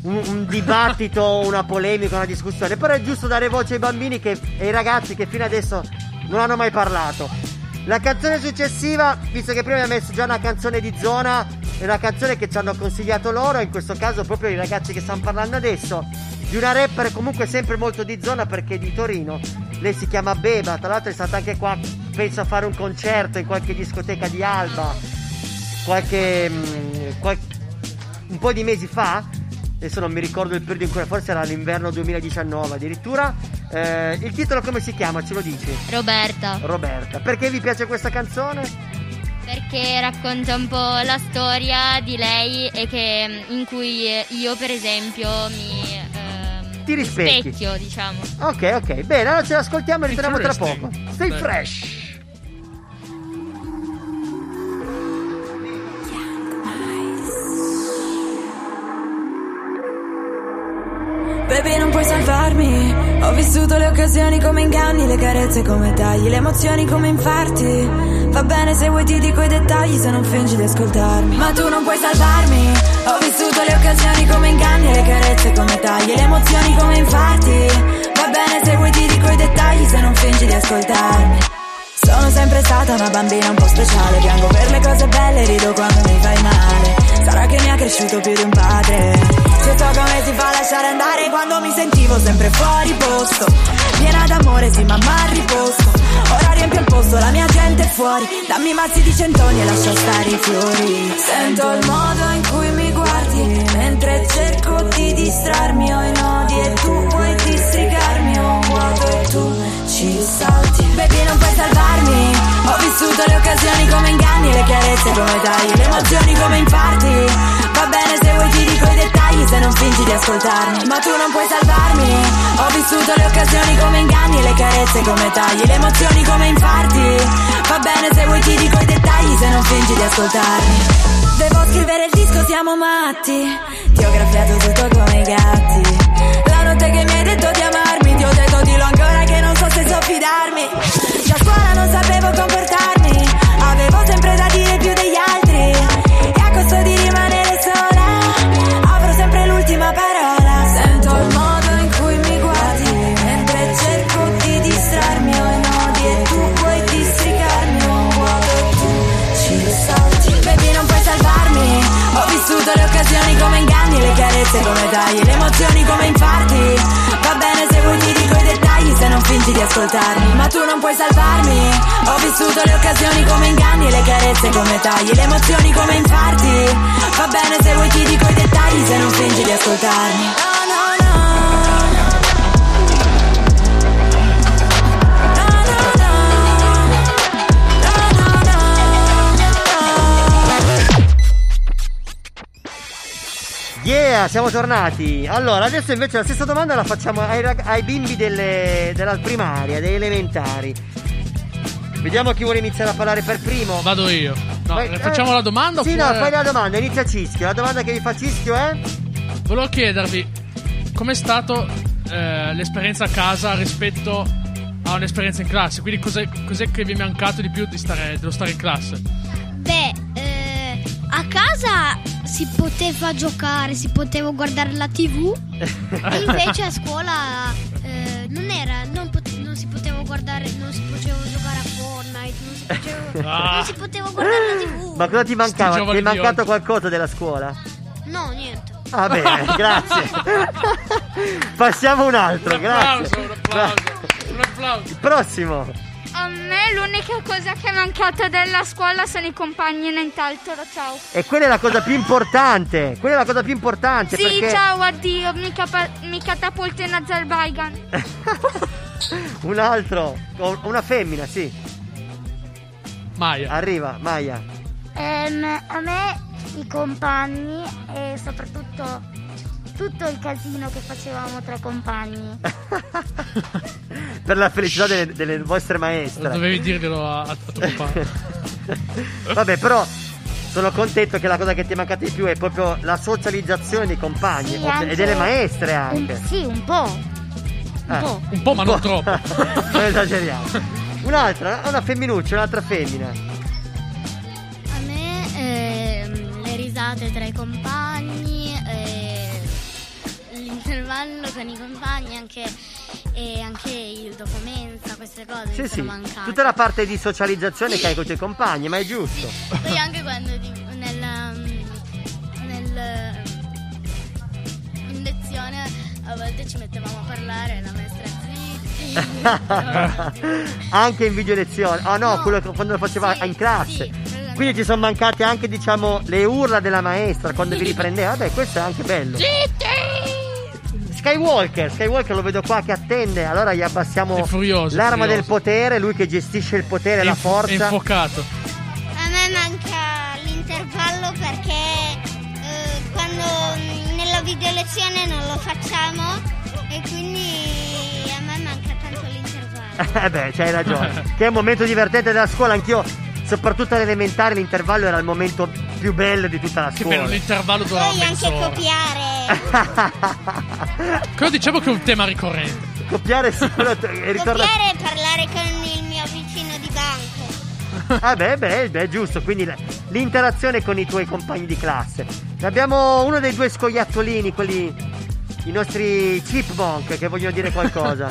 un, un dibattito, una polemica, una discussione. Però è giusto dare voce ai bambini che, e ai ragazzi che fino adesso non hanno mai parlato. La canzone successiva, visto che prima abbiamo messo già una canzone di zona, è una canzone che ci hanno consigliato loro, in questo caso proprio i ragazzi che stanno parlando adesso, di una rapper comunque sempre molto di zona perché è di Torino. Lei si chiama Beba, tra l'altro è stata anche qua, penso, a fare un concerto in qualche discoteca di Alba qualche, mh, qual- un po' di mesi fa. Adesso non mi ricordo il periodo in cui, forse era l'inverno duemiladiciannove addirittura. Eh, il titolo come si chiama? Ce lo dici? Roberta. Roberta. Perché vi piace questa canzone? Perché racconta un po' la storia di lei e che in cui io per esempio mi ehm, Ti rispecchi, rispecchio, diciamo. Ok, ok, bene, allora ce l'ascoltiamo e ritorniamo tra poco. Stay Dai. fresh. Baby, non puoi salvarmi. Ho vissuto le occasioni come inganni, le carezze come tagli, le emozioni come infarti. Va bene se vuoi ti dico i dettagli, se non fingi di ascoltarmi. Ma tu non puoi salvarmi. Ho vissuto le occasioni come inganni, le carezze come tagli, le emozioni come infarti. Va bene se vuoi ti dico i dettagli, se non fingi di ascoltarmi. Sono sempre stata una bambina un po' speciale, piango per le cose belle, rido quando mi fai male. Sarà che mi ha cresciuto più di un padre. Se so come si fa a lasciare andare quando mi sentivo sempre fuori posto. Piena d'amore, sì, mamma al riposto. Ora riempio il posto, la mia gente è fuori. Dammi mazzi di centoni e lascia stare i fiori. Sento il modo in cui mi guardi mentre cerco di distrarmi. Ho i nodi e tu puoi districarmi. Ho un vuoto e tu ci salti. Baby, non puoi salvarmi. Ho vissuto le occasioni come inganni, le carezze come tagli, le emozioni come infarti. Va bene se vuoi ti dico i dettagli, se non fingi di ascoltarmi. Ma tu non puoi salvarmi. Ho vissuto le occasioni come inganni, le carezze come tagli, le emozioni come infarti. Va bene se vuoi ti dico i dettagli, se non fingi di ascoltarmi. Devo scrivere il disco, siamo matti. Ti ho graffiato tutto come i gatti. La notte che mi hai detto di amarmi, ti ho detto dillo ancora che non so se so fidarmi. Da scuola non sapevo comportarmi, avevo sempre da dire più degli altri. E a costo di rimanere sola, avrò sempre l'ultima parola. Sento il modo in cui mi guardi mentre cerco di distrarmi. Ho i nodi e tu puoi districarmi. Ho un vuoto e tu ci salti. Baby, non puoi salvarmi. Ho vissuto le occasioni come inganni, le carezze come tagli, le emozioni come infarti. Va bene se vuoi ti dico i dettagli, se non fingi di ascoltarmi. Ma tu non puoi salvarmi. Ho vissuto le occasioni come inganni, le carezze come tagli, le emozioni come infarti. Va bene se vuoi ti dico i dettagli, se non fingi di ascoltarmi. No, no, no. Yeah, siamo tornati. Allora, adesso invece la stessa domanda la facciamo ai, rag- ai bimbi delle, della primaria, delle elementari. Vediamo chi vuole iniziare a parlare per primo. Vado io. No, Vai, facciamo eh, la domanda Sì, oppure... no, fai la domanda, inizia Cischio. La domanda che vi fa Cischio è? Volevo chiedervi com'è stato eh, l'esperienza a casa rispetto a un'esperienza in classe. Quindi cos'è, cos'è che vi è mancato di più di stare, dello stare in classe? Beh, eh, a casa si poteva giocare, si poteva guardare la tivù. E invece a scuola eh, non era, non, pot- non si poteva guardare, non si poteva giocare a Fortnite, non si poteva, Ah. non si poteva guardare la tivù. Ma cosa ti mancava? Sti Ti è giovani di mancato oggi. qualcosa della scuola? No, niente. Ah, bene, grazie. Passiamo a un altro, Un grazie. applauso, un applauso, un applauso. Il prossimo. A me l'unica cosa che è mancata della scuola sono i compagni Nient'altro, ciao. E quella è la cosa più importante. Quella è la cosa più importante. Sì, perché... ciao, addio, mi, capa- mi catapulto in Azerbaijan. Un altro. O- Una femmina, sì. Maya. Arriva, Maya. Ehm, a me i compagni e soprattutto tutto il casino che facevamo tra compagni. Per la felicità delle, delle vostre maestre. Dovevi dirglielo a, a tuo papà. Vabbè, però sono contento che la cosa che ti è mancata di più è proprio la socializzazione dei compagni. Sì, o- anche e delle maestre anche. Un, sì, un po'. Un Eh, po'. Un po', ma non troppo. Non esageriamo. Un'altra, una femminuccia, un'altra femmina. A me ehm, le risate tra i compagni, eh, intervallo con i compagni, anche, e anche il dopo mensa, queste cose Sì, mi sì, sono mancate. tutta la parte di socializzazione che hai con i tuoi compagni, ma è giusto. Sì. Poi anche quando tipo, nel, nel in lezione a volte ci mettevamo a parlare, la maestra zitti. Anche in video lezione. Oh no, No. quello che quando lo faceva Sì, in classe. sì. Quindi ci sono mancate anche, diciamo, le urla della maestra quando vi riprendeva. Vabbè, questo è anche bello. Skywalker, Skywalker lo vedo qua che attende. Allora gli abbassiamo È furioso, l'arma furioso. del potere, lui che gestisce il potere e la Inf- forza. infuocato. A me manca l'intervallo perché eh, quando mh, nella video lezione non lo facciamo e quindi a me manca tanto l'intervallo. Eh beh, c'hai ragione. Che è un momento divertente della scuola, anch'io, soprattutto all'elementare, l'intervallo era il momento più bello di tutta la Che scuola. bello, l'intervallo durava Poi anche mezz'ora. copiare. Quello diciamo che è un tema ricorrente. Copiare sicuro. Ricorda... Copiare e parlare con il mio vicino di banco. Ah beh, beh, beh, giusto, quindi la- l'interazione con i tuoi compagni di classe. Abbiamo uno dei due scoiattolini, quelli, i nostri chipmunk, che vogliono dire qualcosa.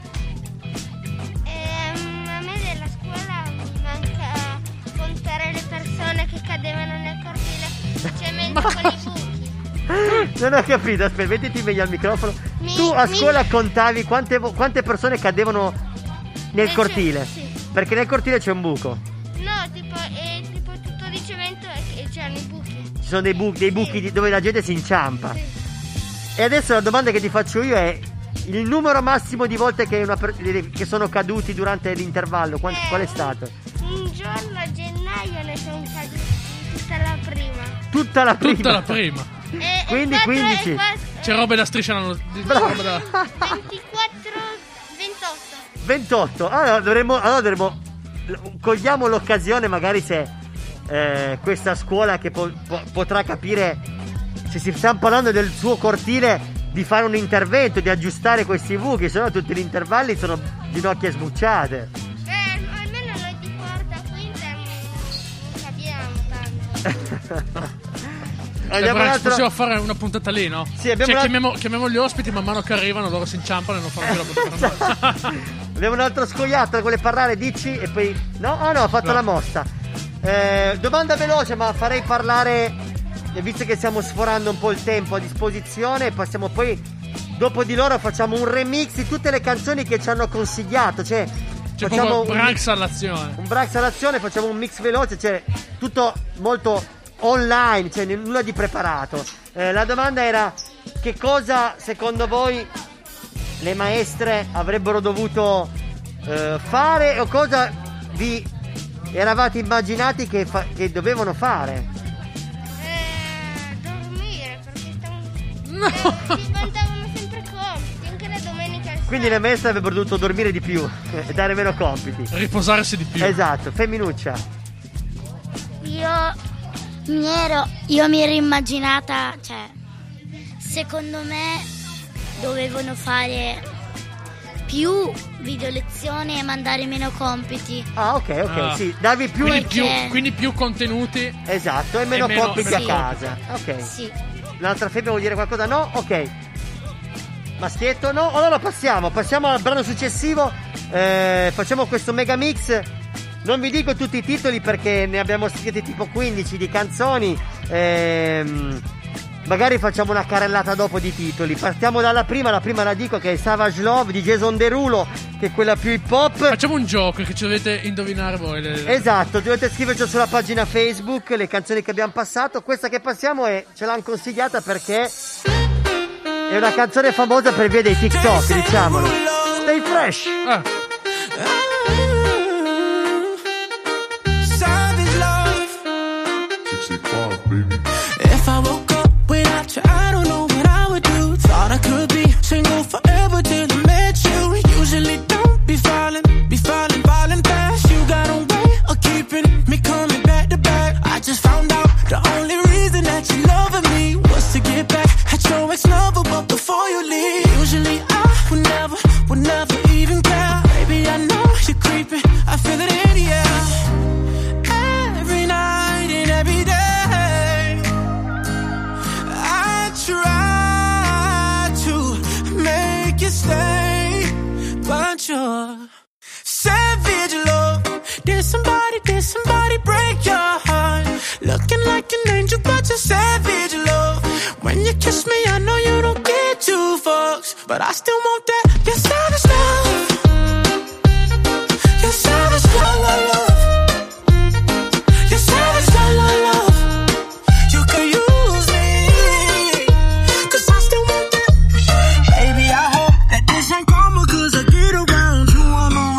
Ehm, a me della scuola mi manca contare le persone che cadevano nel cortile, specialmente con i buchi. Non ho capito, aspetta, mettiti meglio al microfono. Mi- Tu a mi- scuola contavi quante, vo- quante persone cadevano nel Eh, cortile? sì. Perché nel cortile c'è un buco. No, tipo, è tipo tutto di cemento e e c'erano i buchi. Ci sono dei buchi, dei buchi di- dove la gente si inciampa. E adesso la domanda che ti faccio io è: il numero massimo di volte che, una per- che sono caduti durante l'intervallo, quant- Eh, qual è stato? Un giorno a gennaio ne sono caduti tutta la prima. Tutta la prima. Tutta la prima. E, Quindi e quattro- quindici. e quattro- C'è roba da striscia la not- di- Bravo. roba da- ventiquattro, ventotto. ventotto. Allora dovremmo, allora dovremmo cogliamo l'occasione, magari se eh, questa scuola che po- po- potrà capire, se si sta parlando del suo cortile, di fare un intervento, di aggiustare questi buchi, se no tutti gli intervalli sono ginocchia sbucciate. Eh, almeno noi di quarta quinta non capiamo tanto. Andiamo Eh, un Brax, altro- possiamo fare una puntata lì, no? Sì, abbiamo cioè, una- chiamiamo, chiamiamo gli ospiti, man mano che arrivano loro si inciampano e non fanno più la puntata. Abbiamo un altro scoiattolo, vuole parlare, dici e poi... No, oh no, ha fatto No. la mossa. Eh, domanda veloce, ma farei parlare, eh, visto che stiamo sforando un po' il tempo a disposizione, passiamo poi, dopo di loro facciamo un remix di tutte le canzoni che ci hanno consigliato, cioè... C'è facciamo proprio un, Brax all'azione. un Brax all'azione, facciamo un mix veloce, cioè tutto molto online, cioè nulla di preparato. Eh, la domanda era: che cosa secondo voi le maestre avrebbero dovuto eh, fare, o cosa vi eravate immaginati che, fa- che dovevano fare? Eh, dormire perché stavano. Eh, si mandavano sempre compiti, anche la domenica. al Quindi le maestre avrebbero dovuto dormire di più e dare meno compiti. Riposarsi di più. Esatto, femminuccia. Io mi ero, io mi ero immaginata, cioè, secondo me dovevano fare più video lezioni e mandare meno compiti. Ah, ok, ok, Ah. sì, darvi più... Quindi più, Perché- quindi più contenuti. Esatto, e meno, E meno- compiti meno a compiti. casa. Ok. Sì. L'altra femmina vuol dire qualcosa? No? Ok. Maschietto? No? Allora passiamo, passiamo al brano successivo. Eh, facciamo questo mega mix. Non vi dico tutti i titoli perché ne abbiamo scritti tipo quindici di canzoni. Ehm, magari facciamo una carrellata dopo di titoli. Partiamo dalla prima, la prima la dico, che è Savage Love di Jason Derulo, che è quella più hip hop. Facciamo un gioco che ci dovete indovinare voi. le- le- Esatto, dovete scriverci sulla pagina Facebook le canzoni che abbiamo passato. Questa che passiamo è, ce l'hanno consigliata perché è una canzone famosa per via dei TikTok, diciamolo. Stay fresh. Ah. Savage love. If I woke up without you, I don't know what I would do. Thought I could be single forever till I met you. Usually don't be falling, be falling, falling fast. You got a way of keeping me coming back to back. I just found out the only reason that you loving me was to get back at your ex-lover, but before you leave, usually I would never, would never even care. Baby, I know you're creeping, I feel it in the air. Every night and every day, I try to seem like an angel, but you're savage, love. When you kiss me, I know you don't get two fucks, but I still want that. You're savage, love. You're savage, love, love, love. You're savage, love, love, love. You could use me, 'cause I still want that. Baby, I hope that this ain't karma, 'cause I get around you on the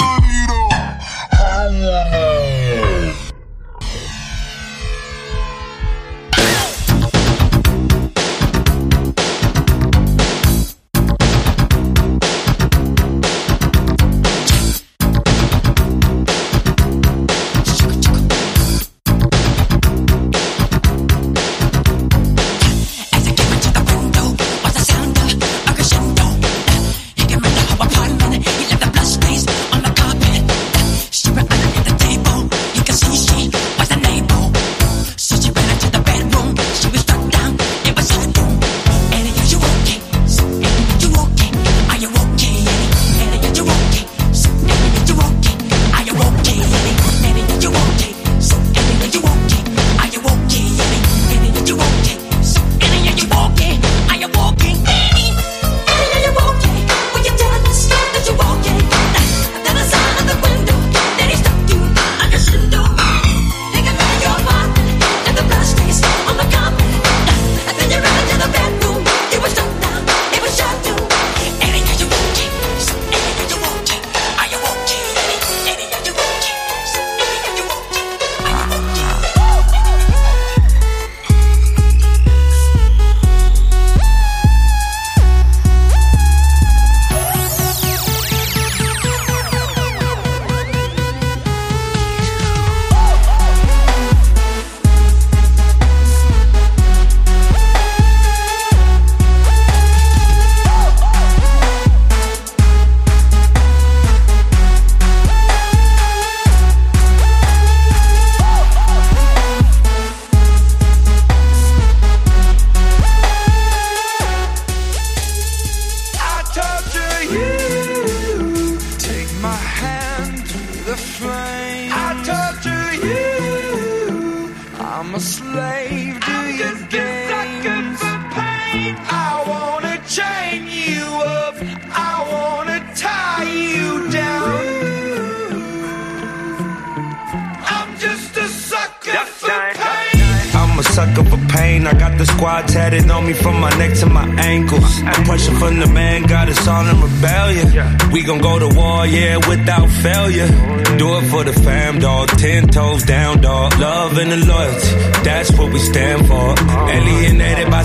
sucker for pain. I got the squad tatted on me from my neck to my ankles. The pressure from the man got us all in rebellion. We gon' go to war, yeah, without failure. Do it for the fam, dog. Ten toes down, dog. Love and the loyalty, that's what we stand for. Alienated by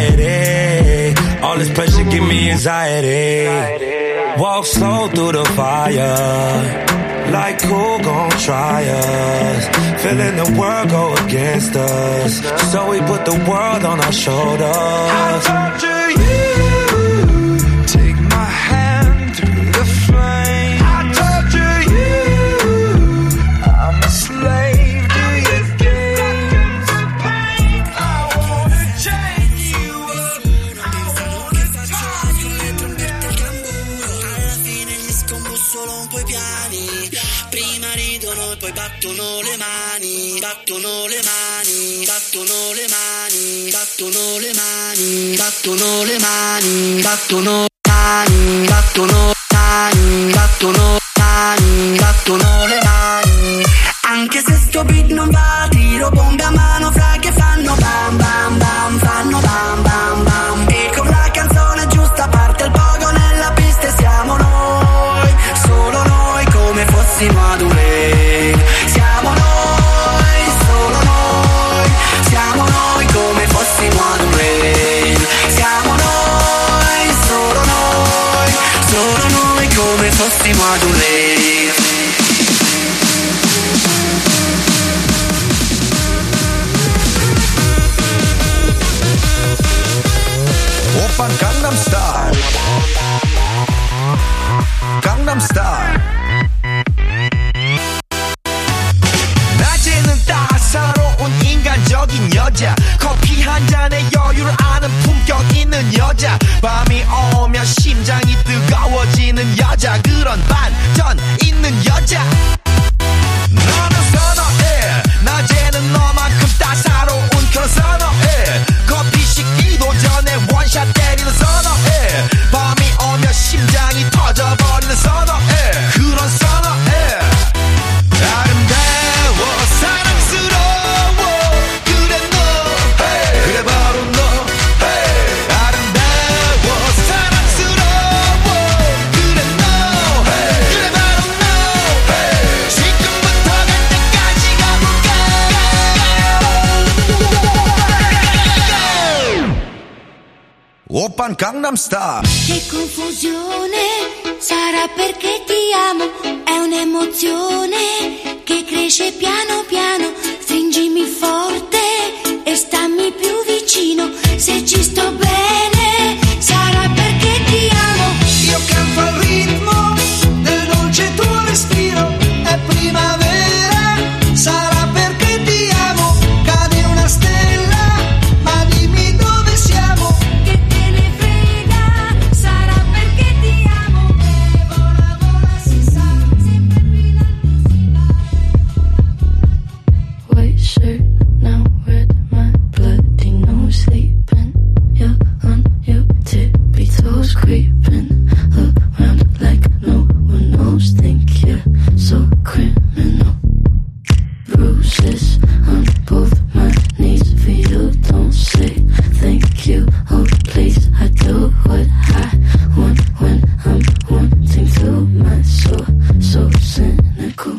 society. All this pressure give me anxiety. Walk slow through the fire. Like who gon' try us? Feeling the world go against us, so we put the world on our shoulders. I torture you, take my hand through the flame. I torture you, I'm a slave to your games. I wanna change you up, I wanna tie you down. Alla fine gli scombo solo un po' i piani. Prima ridono e poi battono le mani, battono le mani, battono le mani, battono le mani, battono le mani, battono mani, battono mani, battono mani, battono le mani. Anche se sto beat non va, tiro bombe a mano fra che fanno bam bam bam, fanno bam bam bam. E con la canzone giusta parte il pogo nella pista e siamo noi, solo noi come fossimo ad un rave. Siamo noi, solo noi, siamo noi come fossimo ad un rave. Siamo noi, solo noi, solo noi come fossimo ad un rave. Oppa Gangnam Style, Gangnam Style. 낮에는 따사로운 인간적인 여자, 커피 한 잔에 여유를 아는 품격 있는 여자, 밤이 오면 심장이 뜨거워지는 여자, 그런 반전 있는 여자. 너는 선호해, 낮에는 너만큼 따사로운 Oppan Gangnam Style. Che confusione, sarà perché ti amo, è un'emozione che cresce piano piano, stringimi forte e stammi più vicino, se ci sto bene, sarà perché ti amo. Io canto al ritmo del dolce tuo respiro, è primavera, sarà perché ti amo, cade una stella, ma dimmi dove siamo. White shirt now red, my bloody nose sleeping. You're on your tippy toes, creeping around like no one knows. Think you're so criminal. Bruises on both my knees for you. Don't say thank you. Oh please, I do what I want when I'm wanting to. My soul so cynical.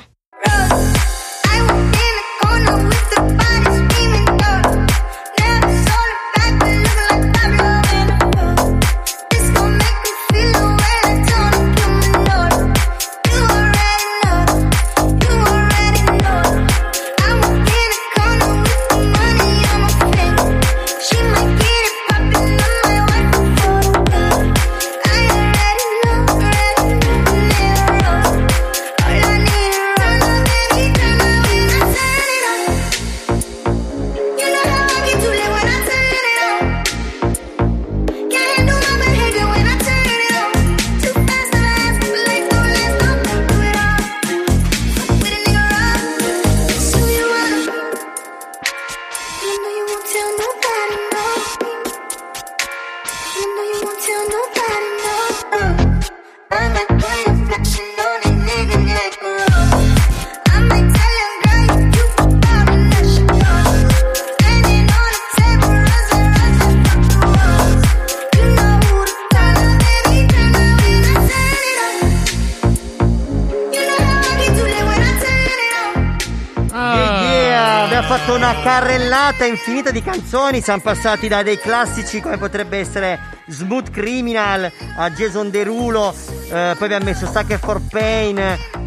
Una carrellata infinita di canzoni, siamo passati da dei classici come potrebbe essere Smooth Criminal a Jason Derulo, eh, poi abbiamo messo Sucker for Pain,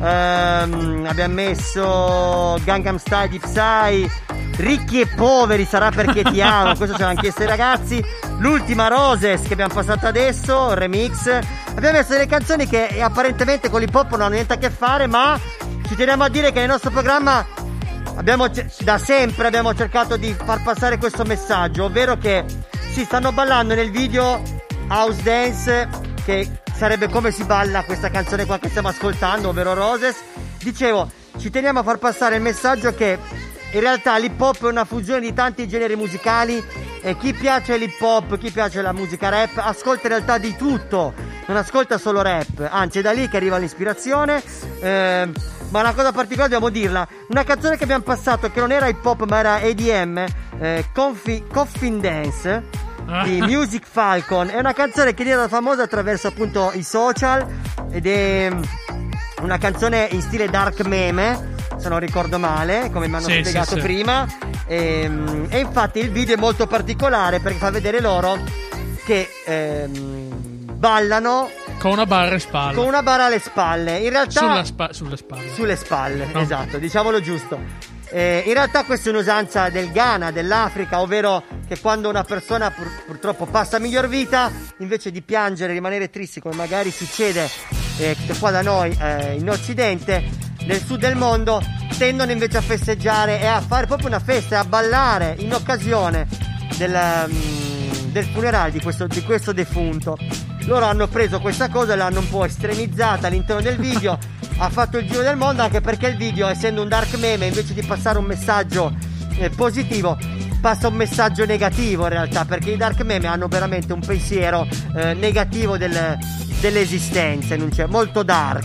ehm, abbiamo messo Gangnam Style di Psy, Ricchi e poveri, sarà perché ti amo, questo ce l'hanno chiesto i ragazzi. L'ultima Roses che abbiamo passato adesso, remix. Abbiamo messo delle canzoni che apparentemente con l'hip hop non hanno niente a che fare, ma ci teniamo a dire che nel nostro programma abbiamo, da sempre abbiamo cercato di far passare questo messaggio, ovvero che si stanno ballando nel video House Dance, che sarebbe come si balla questa canzone qua che stiamo ascoltando, ovvero Roses. Dicevo, ci teniamo a far passare il messaggio che in realtà l'hip hop è una fusione di tanti generi musicali e chi piace l'hip hop, chi piace la musica rap, ascolta in realtà di tutto, non ascolta solo rap, anzi è da lì che arriva l'ispirazione. eh, Ma una cosa particolare dobbiamo dirla, una canzone che abbiamo passato che non era hip hop ma era E D M, eh, Confi- Coffin Dance di Music Falcon, è una canzone che è diventata famosa attraverso appunto i social ed è una canzone in stile dark meme, se non ricordo male, come mi hanno sì, spiegato sì, prima sì. E, e infatti il video è molto particolare perché fa vedere loro che ehm, ballano con una barra alle spalle. Con una barra alle spalle. In realtà Sulla spa- sulle spalle. Sulle spalle, no. Esatto, diciamolo giusto. Eh, in realtà questa è un'usanza del Ghana, dell'Africa, ovvero che quando una persona pur- purtroppo passa miglior vita, invece di piangere e rimanere tristi come magari succede eh, qua da noi eh, in Occidente, nel sud del mondo, tendono invece a festeggiare e a fare proprio una festa e a ballare in occasione del, um, del funerale di questo, di questo defunto. Loro hanno preso questa cosa e l'hanno un po' estremizzata all'interno del video. Ha fatto il giro del mondo anche perché il video, essendo un dark meme, invece di passare un messaggio eh, positivo, passa un messaggio negativo in realtà, perché i dark meme hanno veramente un pensiero eh, negativo del, dell'esistenza, non c'è, molto dark.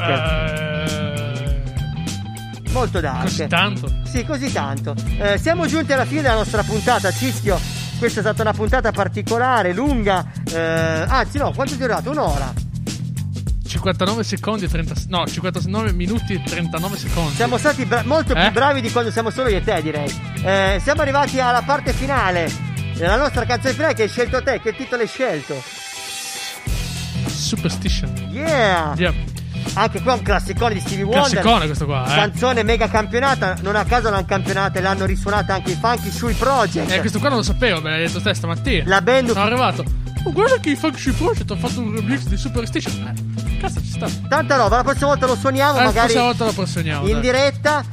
Uh... Molto dark. Così tanto? Sì, così tanto. Eh, siamo giunti alla fine della nostra puntata, Cischio. Questa è stata una puntata particolare, lunga. Eh, anzi, no, quanto è durato? Un'ora. cinquantanove secondi e trenta. No, cinquantanove minuti e trentanove secondi. Siamo stati bra- molto eh? più bravi di quando siamo solo io e te, direi. Eh, siamo arrivati alla parte finale E la nostra canzone finale che hai scelto te, che titolo hai scelto? Superstition. Yeah. Yeah. Anche qua un classicone di Stevie Wonder. Classicone questo qua, eh. Canzone mega campionata. Non a caso l'hanno campionata e l'hanno risuonata anche i Funky Shui Project. Eh, questo qua non lo sapevo, me l'hai detto te stamattina. La band sono arrivato. Oh, guarda che i Funky Shui Project hanno fatto un remix di Superstition. Eh, cazzo ci sta. Tanta roba, la prossima volta lo suoniamo, eh, magari. La prossima volta lo prossoniamo. In dai. diretta.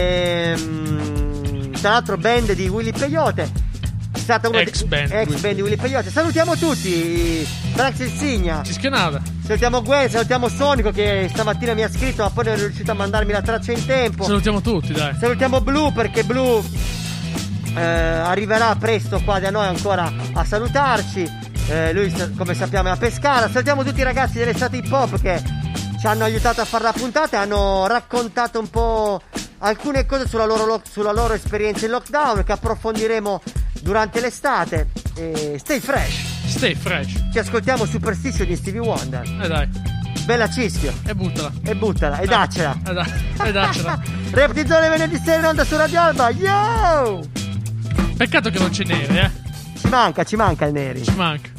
Ehm, tra l'altro band di Willy Peyote. È stata una ex band, ex Willy. band di Willy Peyote. Salutiamo tutti. Trax e Signa. Ci schionava. Salutiamo Gwen, salutiamo Sonico che stamattina mi ha scritto ma poi non è riuscito a mandarmi la traccia in tempo. Salutiamo tutti, dai. Salutiamo Blue perché Blue eh, arriverà presto qua da noi ancora a salutarci. Eh, lui come sappiamo è a Pescara. Salutiamo tutti i ragazzi dell'estate hip hop che ci hanno aiutato a fare la puntata e hanno raccontato un po' alcune cose sulla loro, sulla loro esperienza in lockdown che approfondiremo durante l'estate. E stay fresh. Stay fresh. Ci ascoltiamo Superstition di Stevie Wonder. E eh dai. Bella Cischio. E buttala. E buttala. E eh. daccela. E da- e daccela. Reptizzone venerdì sera in onda su Radio Alba. Yo! Peccato che non c'è Neri, eh. Ci manca, ci manca il Neri. Ci manca.